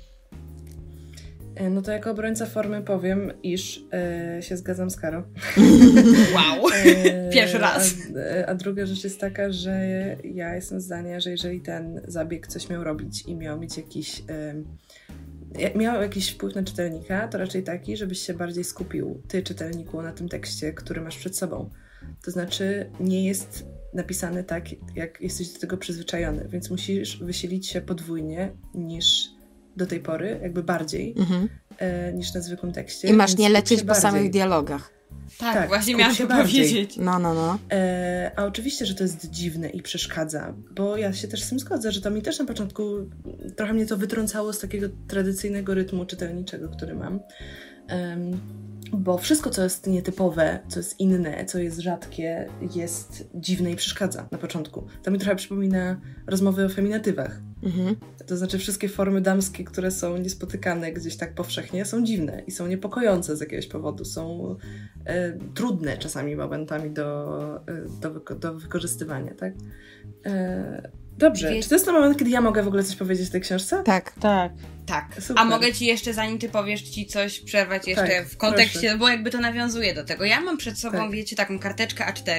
No to jako obrońca formy powiem, iż e, się zgadzam z Karą. Wow, pierwszy raz. A, a druga rzecz jest taka, że ja jestem zdania, że jeżeli ten zabieg coś miał robić i miał mieć jakiś, e, miał jakiś wpływ na czytelnika, to raczej taki, żebyś się bardziej skupił, ty czytelniku, na tym tekście, który masz przed sobą. To znaczy nie jest napisany tak, jak jesteś do tego przyzwyczajony, więc musisz wysilić się podwójnie niż do tej pory, jakby bardziej mhm. e, niż na zwykłym tekście. I masz nie lecieć po bardziej. samych dialogach. Tak, tak właśnie miałam się powiedzieć. No, no, no. E, a oczywiście, że to jest dziwne i przeszkadza, bo ja się też z tym zgodzę, że to mi też na początku trochę mnie to wytrącało z takiego tradycyjnego rytmu czytelniczego, który mam. Um, Bo wszystko, co jest nietypowe, co jest inne, co jest rzadkie, jest dziwne i przeszkadza na początku. To mi trochę przypomina rozmowy o feminatywach. Mhm. To znaczy wszystkie formy damskie, które są niespotykane gdzieś tak powszechnie, są dziwne i są niepokojące z jakiegoś powodu. Są e, trudne czasami momentami do, e, do, wyko- do wykorzystywania, tak? E, Dobrze, Wie... czy to jest ten moment, kiedy ja mogę w ogóle coś powiedzieć w tej książce? Tak, tak. Tak. Super. A mogę ci jeszcze, zanim ty powiesz, ci coś przerwać jeszcze tak, w kontekście, proszę. Bo jakby to nawiązuje do tego. Ja mam przed sobą, tak. wiecie, taką karteczkę A cztery.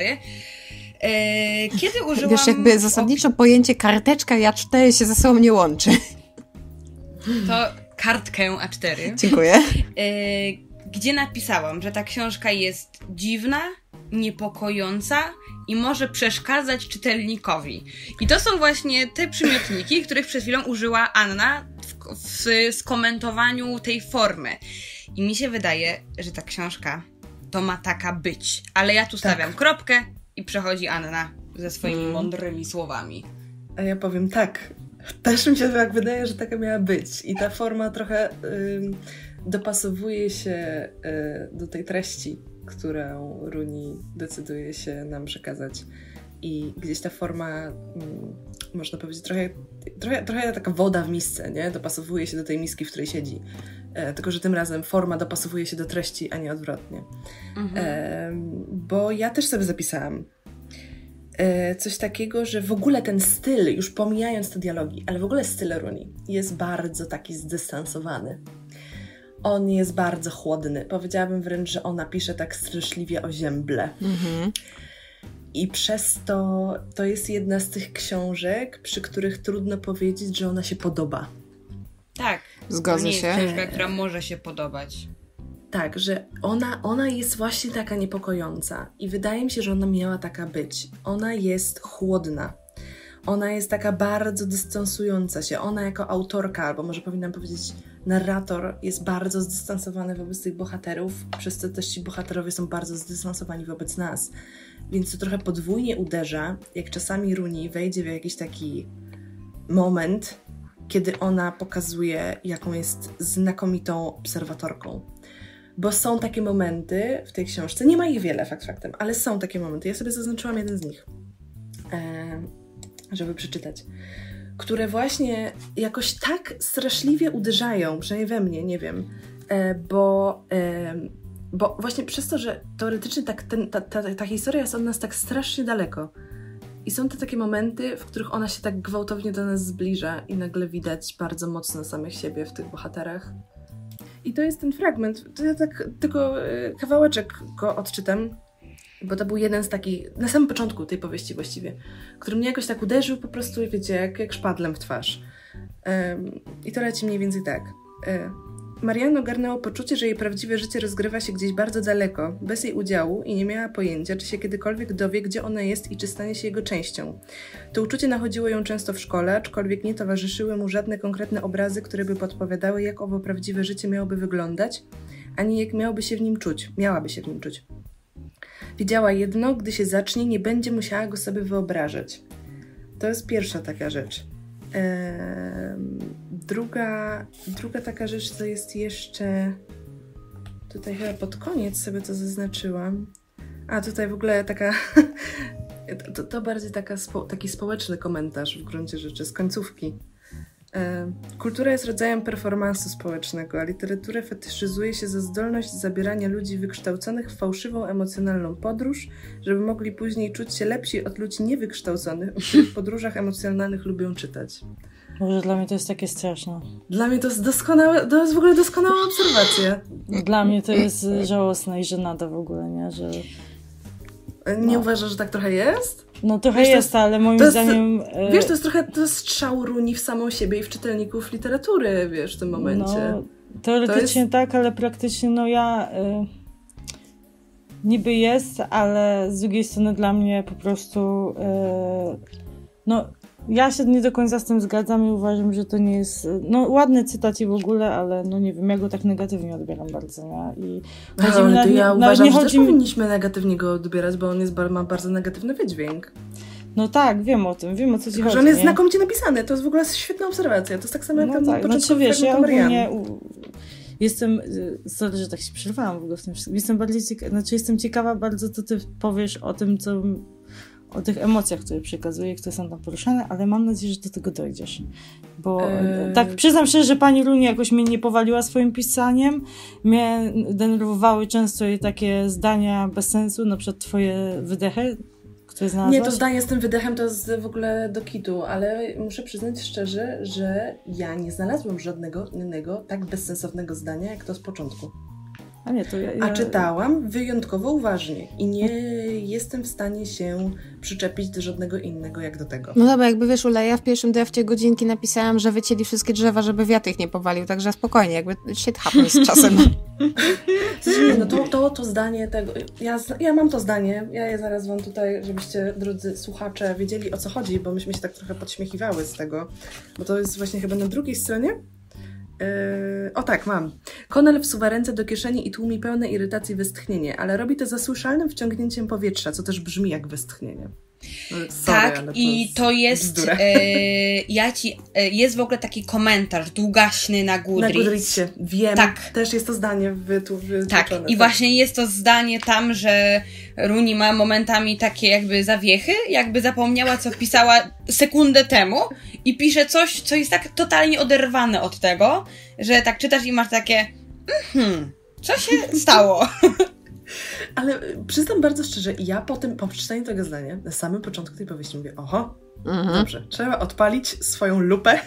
Yy, kiedy użyłam... Wiesz, jakby zasadniczo pojęcie karteczka i A cztery się ze sobą nie łączy. To kartkę A cztery. Dziękuję. Yy, gdzie napisałam, że ta książka jest dziwna, niepokojąca i może przeszkadzać czytelnikowi. I to są właśnie te przymiotniki, których przed chwilą użyła Anna w, w skomentowaniu tej formy. I mi się wydaje, że ta książka to ma taka być. Ale ja tu stawiam tak. kropkę i przechodzi Anna ze swoimi mm. mądrymi słowami. A ja powiem tak. Też mi się tak wydaje, że taka miała być. I ta forma trochę y, dopasowuje się y, do tej treści, którą Rooney decyduje się nam przekazać. I gdzieś ta forma, mm, można powiedzieć, trochę, trochę, trochę taka woda w misce, nie? Dopasowuje się do tej miski, w której siedzi. E, tylko że tym razem forma dopasowuje się do treści, a nie odwrotnie. Mhm. E, bo ja też sobie zapisałam e, coś takiego, że w ogóle ten styl, już pomijając te dialogi, ale w ogóle styl Rooney jest bardzo taki zdystansowany. On jest bardzo chłodny. Powiedziałabym wręcz, że ona pisze tak straszliwie o zięble. Mhm. I przez to to jest jedna z tych książek, przy których trudno powiedzieć, że ona się podoba. Tak. Zgodzę to nie się. jest książka, która może się podobać. Tak, że ona, ona jest właśnie taka niepokojąca. I wydaje mi się, że ona miała taka być. Ona jest chłodna. Ona jest taka bardzo dystansująca się. Ona jako autorka, albo może powinnam powiedzieć narrator, jest bardzo zdystansowany wobec tych bohaterów, przez to też ci bohaterowie są bardzo zdystansowani wobec nas. Więc to trochę podwójnie uderza, jak czasami Rooney wejdzie w jakiś taki moment, kiedy ona pokazuje, jaką jest znakomitą obserwatorką. Bo są takie momenty w tej książce, nie ma ich wiele, fakt faktem, ale są takie momenty. Ja sobie zaznaczyłam jeden z nich. Eee... żeby przeczytać, które właśnie jakoś tak straszliwie uderzają, przynajmniej we mnie, nie wiem, e, bo, e, bo właśnie przez to, że teoretycznie tak ten, ta, ta, ta historia jest od nas tak strasznie daleko i są te takie momenty, w których ona się tak gwałtownie do nas zbliża i nagle widać bardzo mocno samych siebie w tych bohaterach. I to jest ten fragment, to ja tak tylko e, kawałeczek go odczytam, bo to był jeden z takich, na samym początku tej powieści właściwie, który mnie jakoś tak uderzył po prostu, wiecie, jak, jak szpadlem w twarz. Um, I to leci mniej więcej tak. Um, Marianne ogarnęło poczucie, że jej prawdziwe życie rozgrywa się gdzieś bardzo daleko, bez jej udziału i nie miała pojęcia, czy się kiedykolwiek dowie, gdzie ona jest i czy stanie się jego częścią. To uczucie nachodziło ją często w szkole, aczkolwiek nie towarzyszyły mu żadne konkretne obrazy, które by podpowiadały, jak owo prawdziwe życie miałoby wyglądać, ani jak miałoby się w nim czuć. Miałaby się w nim czuć. Wiedziała jedno, gdy się zacznie, nie będzie musiała go sobie wyobrażać. To jest pierwsza taka rzecz. Eee, druga, druga taka rzecz to jest jeszcze... Tutaj chyba pod koniec sobie to zaznaczyłam. A tutaj w ogóle taka... to, to bardziej taka spo, taki społeczny komentarz w gruncie rzeczy z końcówki. Kultura jest rodzajem performansu społecznego, a literaturę fetyszyzuje się za zdolność zabierania ludzi wykształconych w fałszywą emocjonalną podróż, żeby mogli później czuć się lepsi od ludzi niewykształconych, o których podróżach emocjonalnych lubią czytać. Może dla mnie to jest takie straszne. Dla mnie to jest doskonałe, to jest w ogóle doskonała obserwacja. Dla mnie to jest żałosne i żenada w ogóle, nie? Że... Nie no. uważasz, że tak trochę jest? No trochę wiesz, jest, jest, ale moim jest, zdaniem... Wiesz, to jest trochę to jest strzał Rooney w samą siebie i w czytelników literatury, wiesz, w tym momencie. No, teoretycznie jest... tak, ale praktycznie no ja... Y, niby jest, ale z drugiej strony dla mnie po prostu... Y, no ja się nie do końca z tym zgadzam i uważam, że to nie jest... No ładny cytat i w ogóle, ale no nie wiem, ja go tak negatywnie odbieram bardzo, nie? I no, ale na, to ja na, uważam, nie że chodzi... też powinniśmy negatywnie go odbierać, bo on jest, ma bardzo negatywny wydźwięk. No tak, wiem o tym, wiem o co ci chodzi. Że on jest nie? znakomicie napisany, to jest w ogóle świetna obserwacja, to jest tak samo jak no tam tak, na początku znaczy wiesz, ja ogólnie u... jestem, sorry, że tak się przerwałam w ogóle w tym wszystkim, jestem bardziej ciekawa, znaczy jestem ciekawa bardzo, co ty powiesz o tym, co, o tych emocjach, które przekazuję, które są tam poruszane, ale mam nadzieję, że do tego dojdziesz. Bo eee... tak, przyznam szczerze, że pani Runi jakoś mnie nie powaliła swoim pisaniem. Mnie denerwowały często jej takie zdania bez sensu, na przykład twoje wydechy, które znalazłaś. Nie, to zdanie z tym wydechem to jest w ogóle do kitu, ale muszę przyznać szczerze, że ja nie znalazłam żadnego innego tak bezsensownego zdania, jak to z początku. A, nie, to ja, ja... A czytałam wyjątkowo uważnie i nie jestem w stanie się przyczepić do żadnego innego jak do tego. No dobra, jakby wiesz, Ula, ja w pierwszym drafcie godzinki napisałam, że wycięli wszystkie drzewa, żeby wiatr ich nie powalił, także spokojnie, jakby shit happens z czasem. No to, to, to zdanie tego, ja, ja mam to zdanie, ja je zaraz wam tutaj, żebyście, drodzy słuchacze, wiedzieli, o co chodzi, bo myśmy się tak trochę podśmiechiwały z tego, bo to jest właśnie chyba na drugiej stronie. Yy, o tak, mam. Connell wsuwa ręce do kieszeni i tłumi pełne irytacji westchnienie, ale robi to za słyszalnym wciągnięciem powietrza, co też brzmi jak westchnienie. No, sorry, tak, i to jest e, ja ci, e, jest w ogóle taki komentarz długaśny na Goodreads. Na Goodreadsie, wiem. Tak. Też jest to zdanie wytłumaczone. Tak, i tak. Właśnie jest to zdanie tam, że Runi ma momentami takie jakby zawiechy, jakby zapomniała, co pisała sekundę temu i pisze coś, co jest tak totalnie oderwane od tego, że tak czytasz i masz takie mhm, co się stało? Ale przyznam bardzo szczerze, ja po tym, po przeczytaniu tego zdania, na samym początku tej powieści mówię, oho, mhm. dobrze, trzeba odpalić swoją lupę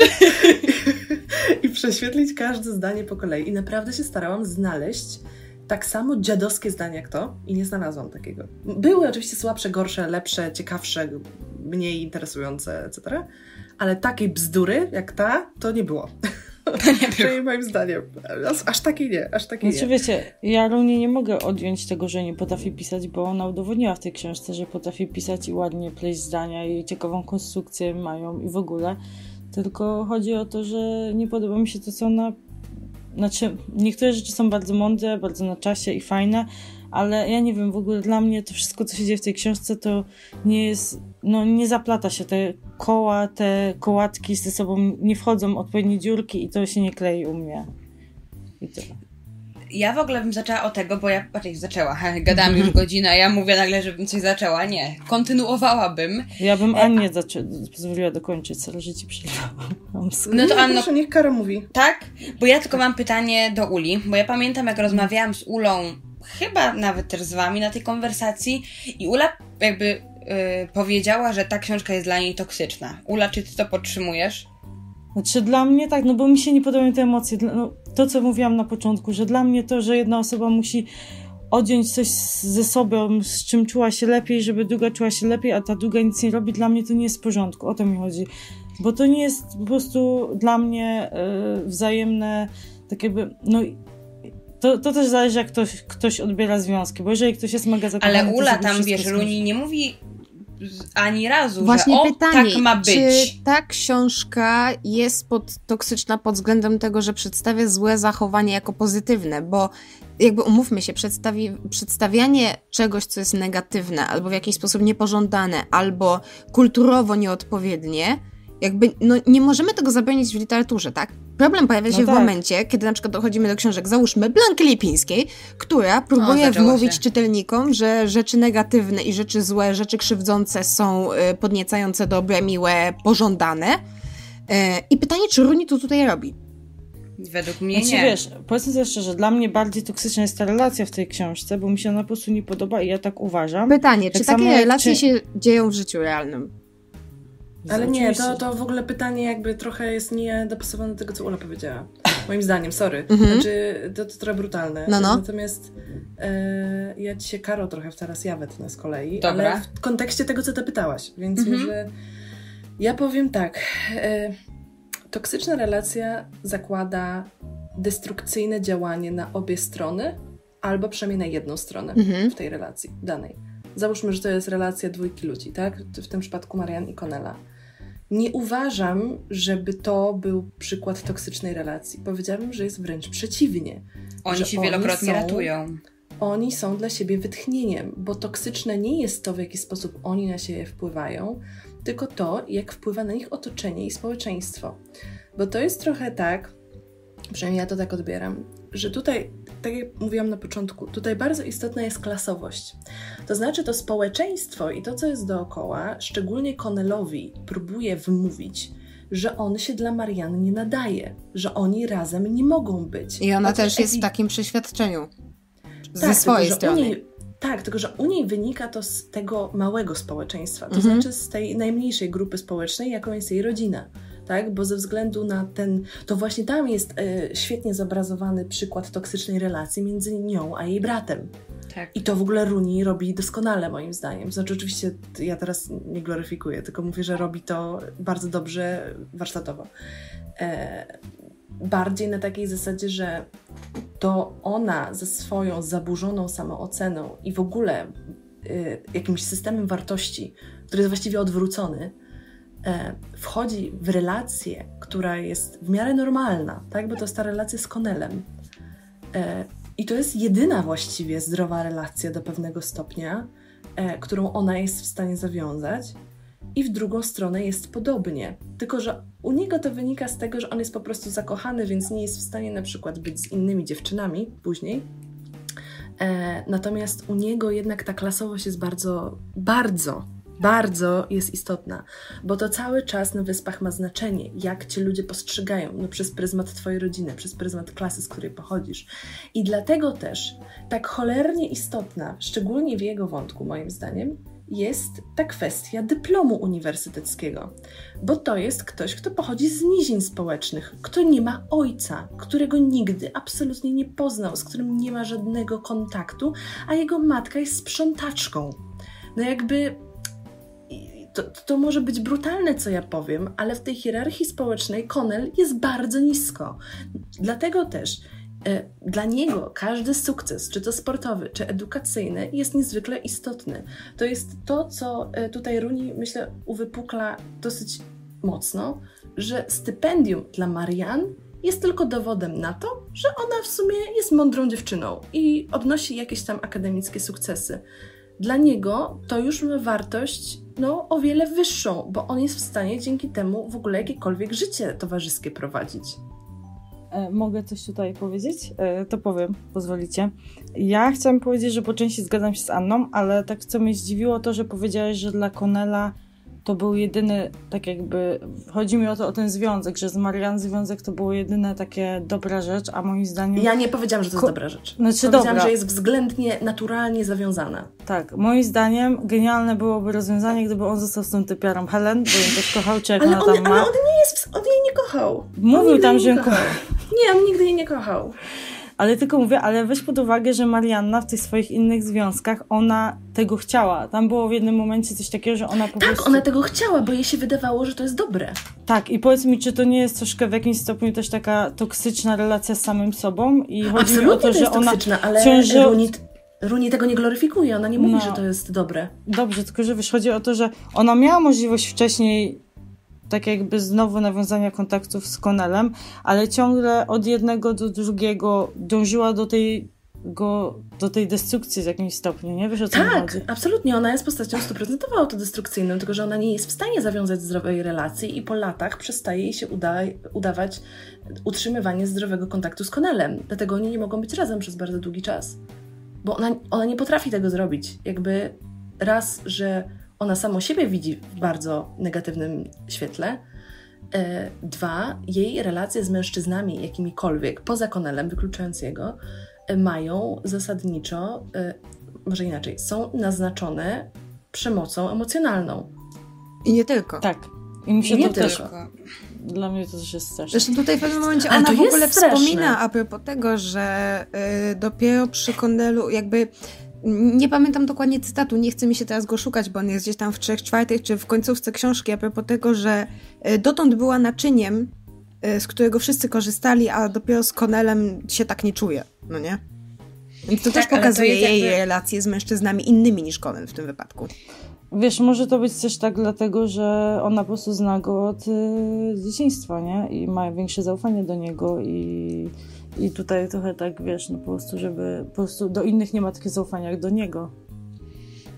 i prześwietlić każde zdanie po kolei. I naprawdę się starałam znaleźć tak samo dziadowskie zdanie jak to i nie znalazłam takiego. Były oczywiście słabsze, gorsze, lepsze, ciekawsze, mniej interesujące, et cetera. Ale takiej bzdury jak ta, to nie było. To nie było. Moim zdaniem. Aż takiej nie, aż takiej znaczy, nie. Wiecie, ja Runi nie mogę odjąć tego, że nie potrafi pisać, bo ona udowodniła w tej książce, że potrafi pisać i ładnie pleść zdania i ciekawą konstrukcję mają i w ogóle. Tylko chodzi o to, że nie podoba mi się to, co ona... Znaczy, niektóre rzeczy są bardzo mądre, bardzo na czasie i fajne, ale ja nie wiem, w ogóle dla mnie to wszystko, co się dzieje w tej książce, to nie jest, no nie zaplata się. Te koła, te kołatki ze sobą nie wchodzą odpowiednie dziurki i to się nie klei u mnie. I tyle. Ja w ogóle bym zaczęła od tego, bo ja patrzcie, zaczęła, gadałam już godzinę, a ja mówię nagle, żebym coś zaczęła. Nie, kontynuowałabym. Ja bym Annie zaczę- pozwoliła dokończyć, sorry, że ci przerwałam. No to Anno, proszę, niech Kara mówi. Tak? Bo ja tylko mam pytanie do Uli, bo ja pamiętam, jak rozmawiałam z Ulą, chyba nawet też z wami na tej konwersacji i Ula jakby yy, powiedziała, że ta książka jest dla niej toksyczna. Ula, czy ty to podtrzymujesz? Znaczy dla mnie tak, no bo mi się nie podobają te emocje. No, to, co mówiłam na początku, że dla mnie to, że jedna osoba musi odjąć coś ze sobą, z czym czuła się lepiej, żeby druga czuła się lepiej, a ta druga nic nie robi, dla mnie to nie jest w porządku. O to mi chodzi. Bo to nie jest po prostu dla mnie yy, wzajemne, tak jakby, no to, to też zależy, jak ktoś, ktoś odbiera związki, bo jeżeli ktoś jest mega zakochany... Ale Ula tam, wiesz, Runi nie mówi ani razu, właśnie że o, pytanie, tak ma być. Czy ta książka jest pod, toksyczna pod względem tego, że przedstawia złe zachowanie jako pozytywne, bo jakby umówmy się, przedstawi, przedstawianie czegoś, co jest negatywne, albo w jakiś sposób niepożądane, albo kulturowo nieodpowiednie, jakby, no nie możemy tego zabronić w literaturze, tak? Problem pojawia się no tak. w momencie, kiedy na przykład dochodzimy do książek, załóżmy Blanki Lipińskiej, która próbuje o, wmówić się. czytelnikom, że rzeczy negatywne i rzeczy złe, rzeczy krzywdzące są y, podniecające, dobre, miłe, pożądane. Y, I pytanie, czy Runi to tutaj robi? Według mnie znaczy, nie. Wiesz, powiedzmy sobie szczerze, dla mnie bardziej toksyczna jest ta relacja w tej książce, bo mi się ona po prostu nie podoba i ja tak uważam. Pytanie, tak czy takie relacje czy... się dzieją w życiu realnym? Ale nie, to, to w ogóle pytanie jakby trochę jest niedopasowane do tego, co Ula powiedziała. Moim zdaniem, sorry. Mhm. Znaczy, to, to trochę brutalne. No, no. Natomiast e, ja ci się, Karo, trochę teraz ja wetnę z kolei. Dobra. Ale w kontekście tego, co ty pytałaś. Więc mhm. może ja powiem tak. E, toksyczna relacja zakłada destrukcyjne działanie na obie strony, albo przynajmniej na jedną stronę mhm. w tej relacji danej. Załóżmy, że to jest relacja dwójki ludzi, tak? W tym przypadku Marian i Connella. Nie uważam, żeby to był przykład toksycznej relacji. Powiedziałabym, że jest wręcz przeciwnie. Oni się oni wielokrotnie są, ratują. Oni są dla siebie wytchnieniem, bo toksyczne nie jest to, w jaki sposób oni na siebie wpływają, tylko to, jak wpływa na nich otoczenie i społeczeństwo. Bo to jest trochę tak, przynajmniej ja to tak odbieram, że tutaj, tak jak mówiłam na początku, tutaj bardzo istotna jest klasowość. To znaczy to społeczeństwo i to, co jest dookoła, szczególnie Connelowi próbuje wmówić, że on się dla Marianne nie nadaje, że oni razem nie mogą być. I ona też jest w takim przeświadczeniu ze tak, swojej tylko, strony. Niej, tak, tylko że u niej wynika to z tego małego społeczeństwa, to mhm. znaczy z tej najmniejszej grupy społecznej, jaką jest jej rodzina. Tak? Bo ze względu na ten, to właśnie tam jest e, świetnie zobrazowany przykład toksycznej relacji między nią a jej bratem. Tak. I to w ogóle Rooney robi doskonale moim zdaniem. Znaczy oczywiście ja teraz nie gloryfikuję, tylko mówię, że robi to bardzo dobrze warsztatowo. E, bardziej na takiej zasadzie, że to ona ze swoją zaburzoną samooceną i w ogóle e, jakimś systemem wartości, który jest właściwie odwrócony, wchodzi w relację, która jest w miarę normalna, tak? Bo to jest ta relacja z Connellem. I to jest jedyna właściwie zdrowa relacja do pewnego stopnia, którą ona jest w stanie zawiązać. I w drugą stronę jest podobnie. Tylko że u niego to wynika z tego, że on jest po prostu zakochany, więc nie jest w stanie na przykład być z innymi dziewczynami później. Natomiast u niego jednak ta klasowość jest bardzo, bardzo Bardzo jest istotna, bo to cały czas na Wyspach ma znaczenie, jak cię ludzie postrzegają, no przez pryzmat twojej rodziny, przez pryzmat klasy, z której pochodzisz. I dlatego też tak cholernie istotna, szczególnie w jego wątku moim zdaniem, jest ta kwestia dyplomu uniwersyteckiego, bo to jest ktoś, kto pochodzi z nizin społecznych, kto nie ma ojca, którego nigdy absolutnie nie poznał, z którym nie ma żadnego kontaktu, a jego matka jest sprzątaczką. No jakby... To, to może być brutalne, co ja powiem, ale w tej hierarchii społecznej Connell jest bardzo nisko. Dlatego też e, dla niego każdy sukces, czy to sportowy, czy edukacyjny, jest niezwykle istotny. To jest to, co e, tutaj Rooney, myślę, uwypukla dosyć mocno, że stypendium dla Marianne jest tylko dowodem na to, że ona w sumie jest mądrą dziewczyną i odnosi jakieś tam akademickie sukcesy. Dla niego to już ma wartość no, o wiele wyższą, bo on jest w stanie dzięki temu w ogóle jakiekolwiek życie towarzyskie prowadzić. E, mogę coś tutaj powiedzieć? E, to powiem, pozwolicie. Ja chciałam powiedzieć, że po części zgadzam się z Anną, ale tak co mnie zdziwiło to, że powiedziałeś, że dla Connella to był jedyny, tak jakby, chodzi mi o to, o ten związek, że z Marianne związek to było jedyne takie dobra rzecz, a moim zdaniem... Ja nie powiedziałam, że to jest Ko- dobra rzecz. Znaczy, powiedziałam, dobra. że jest względnie naturalnie zawiązana. Tak, moim zdaniem genialne byłoby rozwiązanie, gdyby on został z tą typiarą Helen, bo ją też kochał, czy jak ale ona on, tam ma. Ale on nie jest, on jej nie kochał. Mówił tam, że ją kochał. Nie, on nigdy jej nie kochał. Ale tylko mówię, ale weź pod uwagę, że Marianna w tych swoich innych związkach, ona tego chciała. Tam było w jednym momencie coś takiego, że ona po tak, prostu... Tak, ona tego chciała, bo jej się wydawało, że to jest dobre. Tak, i powiedz mi, czy to nie jest troszkę w jakimś stopniu też taka toksyczna relacja z samym sobą? I chodzi Absolutnie mi o to, to że jest ona... toksyczna, ale ciąży... Rooney, Rooney tego nie gloryfikuje, ona nie mówi, no, że to jest dobre. Dobrze, tylko że wiesz, chodzi o to, że ona miała możliwość wcześniej tak jakby znowu nawiązania kontaktów z Connellem, ale ciągle od jednego do drugiego dążyła do tej, go, do tej destrukcji w jakimś stopniu, nie? Wiesz, o co tak, mi chodzi? Tak, absolutnie. Ona jest postacią stuprocentowo autodestrukcyjną, tylko że ona nie jest w stanie zawiązać zdrowej relacji i po latach przestaje jej się uda- udawać utrzymywanie zdrowego kontaktu z Connellem. Dlatego oni nie mogą być razem przez bardzo długi czas. Bo ona, ona nie potrafi tego zrobić. Jakby raz, że ona samą siebie widzi w bardzo negatywnym świetle. E, dwa, jej relacje z mężczyznami jakimikolwiek, poza Connellem, wykluczając jego, e, mają zasadniczo, e, może inaczej, są naznaczone przemocą emocjonalną. I nie tylko. Tak. I mi się I nie to też... tylko. Dla mnie to też jest straszne. Zresztą tutaj w pewnym momencie ona w ogóle straszne. wspomina a propos tego, że y, dopiero przy Connellu jakby nie pamiętam dokładnie cytatu, nie chcę mi się teraz go szukać, bo on jest gdzieś tam w trzech czwartych czy w końcówce książki, a propos tego, że dotąd była naczyniem, z którego wszyscy korzystali, a dopiero z Connellem się tak nie czuje, no nie? Więc to tak, też pokazuje to jej jakby... relacje z mężczyznami innymi niż Connell w tym wypadku. Wiesz, może to być też tak dlatego, że ona po prostu zna go od y, dzieciństwa, nie? I ma większe zaufanie do niego i... I tutaj trochę tak, wiesz, no po prostu, żeby po prostu do innych nie ma takiego zaufania jak do niego.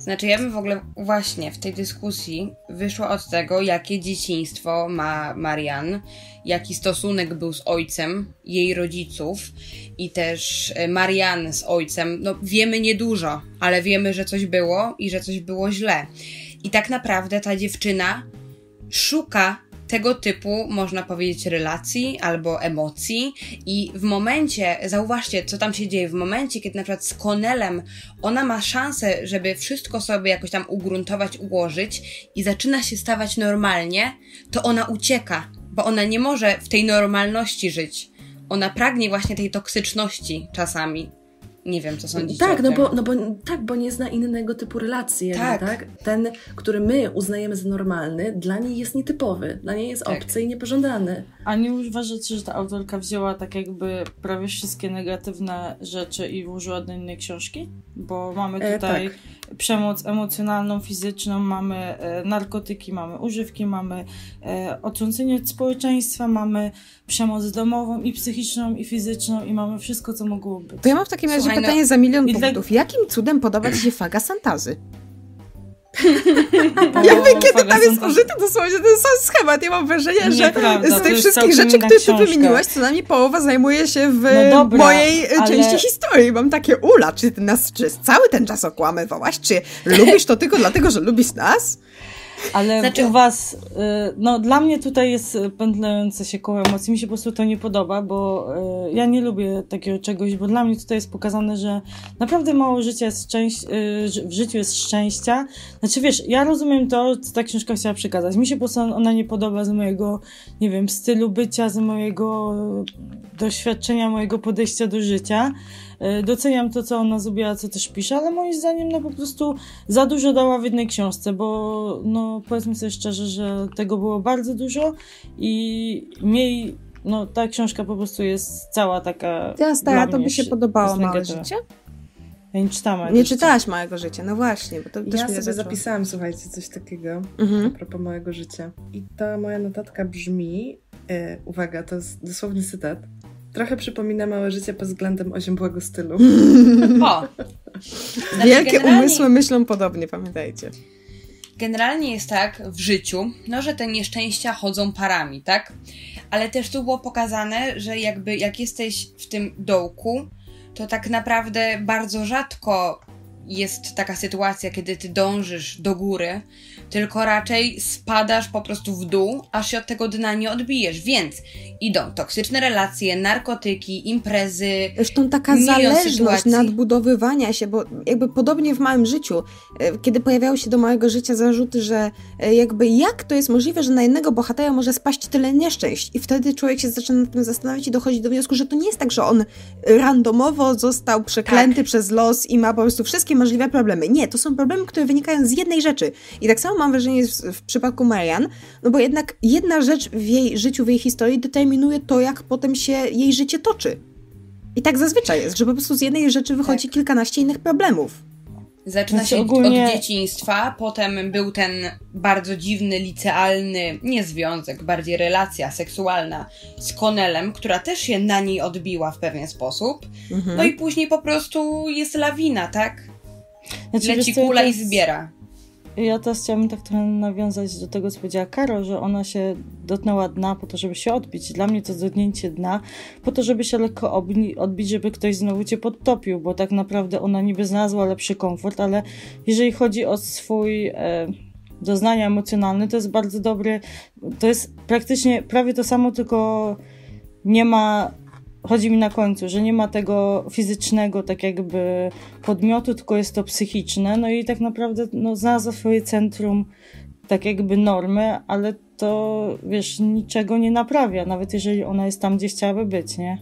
Znaczy ja bym w ogóle właśnie w tej dyskusji wyszła od tego, jakie dzieciństwo ma Marianne, jaki stosunek był z ojcem jej rodziców i też Marianne z ojcem. No wiemy niedużo, ale wiemy, że coś było i że coś było źle. I tak naprawdę ta dziewczyna szuka tego typu, można powiedzieć, relacji albo emocji i w momencie, zauważcie, co tam się dzieje, w momencie, kiedy na przykład z Connellem ona ma szansę, żeby wszystko sobie jakoś tam ugruntować, ułożyć i zaczyna się stawać normalnie, to ona ucieka, bo ona nie może w tej normalności żyć. Ona pragnie właśnie tej toksyczności czasami. Nie wiem, co sądzicie tak, o no tym. bo, no bo tak, bo nie zna innego typu relacji. Tak. tak. Ten, który my uznajemy za normalny, dla niej jest nietypowy, dla niej jest tak. obcy i niepożądany. A nie uważacie, że ta autorka wzięła tak jakby prawie wszystkie negatywne rzeczy i włożyła do innej książki? Bo mamy tutaj e, tak. przemoc emocjonalną, fizyczną, mamy e, narkotyki, mamy używki, mamy e, odtrącenie od społeczeństwa, mamy przemoc domową i psychiczną, i fizyczną i mamy wszystko, co mogło być. To ja mam w takim razie Słuchaj, pytanie no, za milion punktów. Dla... Jakim cudem podoba ci się Faga Santazy? Jakby kiedy tam jest użyty dosłownie ten sam schemat. Ja mam wrażenie, że prawda, z tych wszystkich rzeczy, które ty wymieniłaś, co najmniej połowa zajmuje się w no dobra, mojej ale... części historii. Mam takie ula, czy ty nas czy cały ten czas okłamywałaś? Czy lubisz to tylko dlatego, że lubisz nas? Ale znaczy... u was, no dla mnie tutaj jest pętlające się koło emocji, mi się po prostu to nie podoba, bo y, ja nie lubię takiego czegoś, bo dla mnie tutaj jest pokazane, że naprawdę mało życia jest szczęś- y, w życiu jest szczęścia. Znaczy wiesz, ja rozumiem to, co ta książka chciała przekazać. Mi się po prostu ona nie podoba z mojego, nie wiem, stylu bycia, z mojego doświadczenia, mojego podejścia do życia. Doceniam to, co ona zrobiła, co też pisze, ale moim zdaniem no po prostu za dużo dała w jednej książce, bo no powiedzmy sobie szczerze, że tego było bardzo dużo i mniej, no ta książka po prostu jest cała taka... Ja stara, to by się podobało Małe życie? Ja nie czytałam. Nie czytałaś Małego życia, no właśnie. Bo to ja sobie zaczęło. zapisałam, słuchajcie, coś takiego mhm. a propos Małego życia. I ta moja notatka brzmi, e, uwaga, to jest dosłowny cytat, trochę przypomina Małe życie pod względem oziębłego stylu. O! Znaczy, Wielkie umysły myślą podobnie, pamiętajcie. Generalnie jest tak w życiu, no, że te nieszczęścia chodzą parami, tak? Ale też tu było pokazane, że jakby jak jesteś w tym dołku, to tak naprawdę bardzo rzadko jest taka sytuacja, kiedy ty dążysz do góry, tylko raczej spadasz po prostu w dół, aż się od tego dna nie odbijesz. Więc idą toksyczne relacje, narkotyki, imprezy. Zresztą taka zależność sytuacji. Nadbudowywania się, bo jakby podobnie w Małym życiu, kiedy pojawiały się do Małego życia zarzuty, że jakby jak to jest możliwe, że na jednego bohatera może spaść tyle nieszczęść. I wtedy człowiek się zaczyna nad tym zastanawiać i dochodzi do wniosku, że to nie jest tak, że on randomowo został przeklęty tak. przez los i ma po prostu wszystkie możliwe problemy. Nie, to są problemy, które wynikają z jednej rzeczy. I tak samo mam wrażenie w, w przypadku Marianne, no bo jednak jedna rzecz w jej życiu, w jej historii determinuje to, jak potem się jej życie toczy. I tak zazwyczaj jest, że po prostu z jednej rzeczy wychodzi tak. kilkanaście innych problemów. Zaczyna się ogólnie... od dzieciństwa, potem był ten bardzo dziwny, licealny, nie związek, bardziej relacja seksualna z Connellem, która też się na niej odbiła w pewien sposób. Mhm. No i później po prostu jest lawina, tak? Znaczy, leci kula i zbiera. Ja teraz chciałabym tak trochę nawiązać do tego, co powiedziała Karol, że ona się dotknęła dna po to, żeby się odbić. Dla mnie to dotknięcie dna po to, żeby się lekko obni- odbić, żeby ktoś znowu cię podtopił, bo tak naprawdę ona niby znalazła lepszy komfort, ale jeżeli chodzi o swój e, doznania emocjonalne, to jest bardzo dobry, to jest praktycznie prawie to samo, tylko nie ma... Chodzi mi na końcu, że nie ma tego fizycznego tak jakby podmiotu, tylko jest to psychiczne. No i tak naprawdę no, znalazła swoje centrum, tak jakby normy, ale to, wiesz, niczego nie naprawia, nawet jeżeli ona jest tam, gdzie chciałaby być, nie?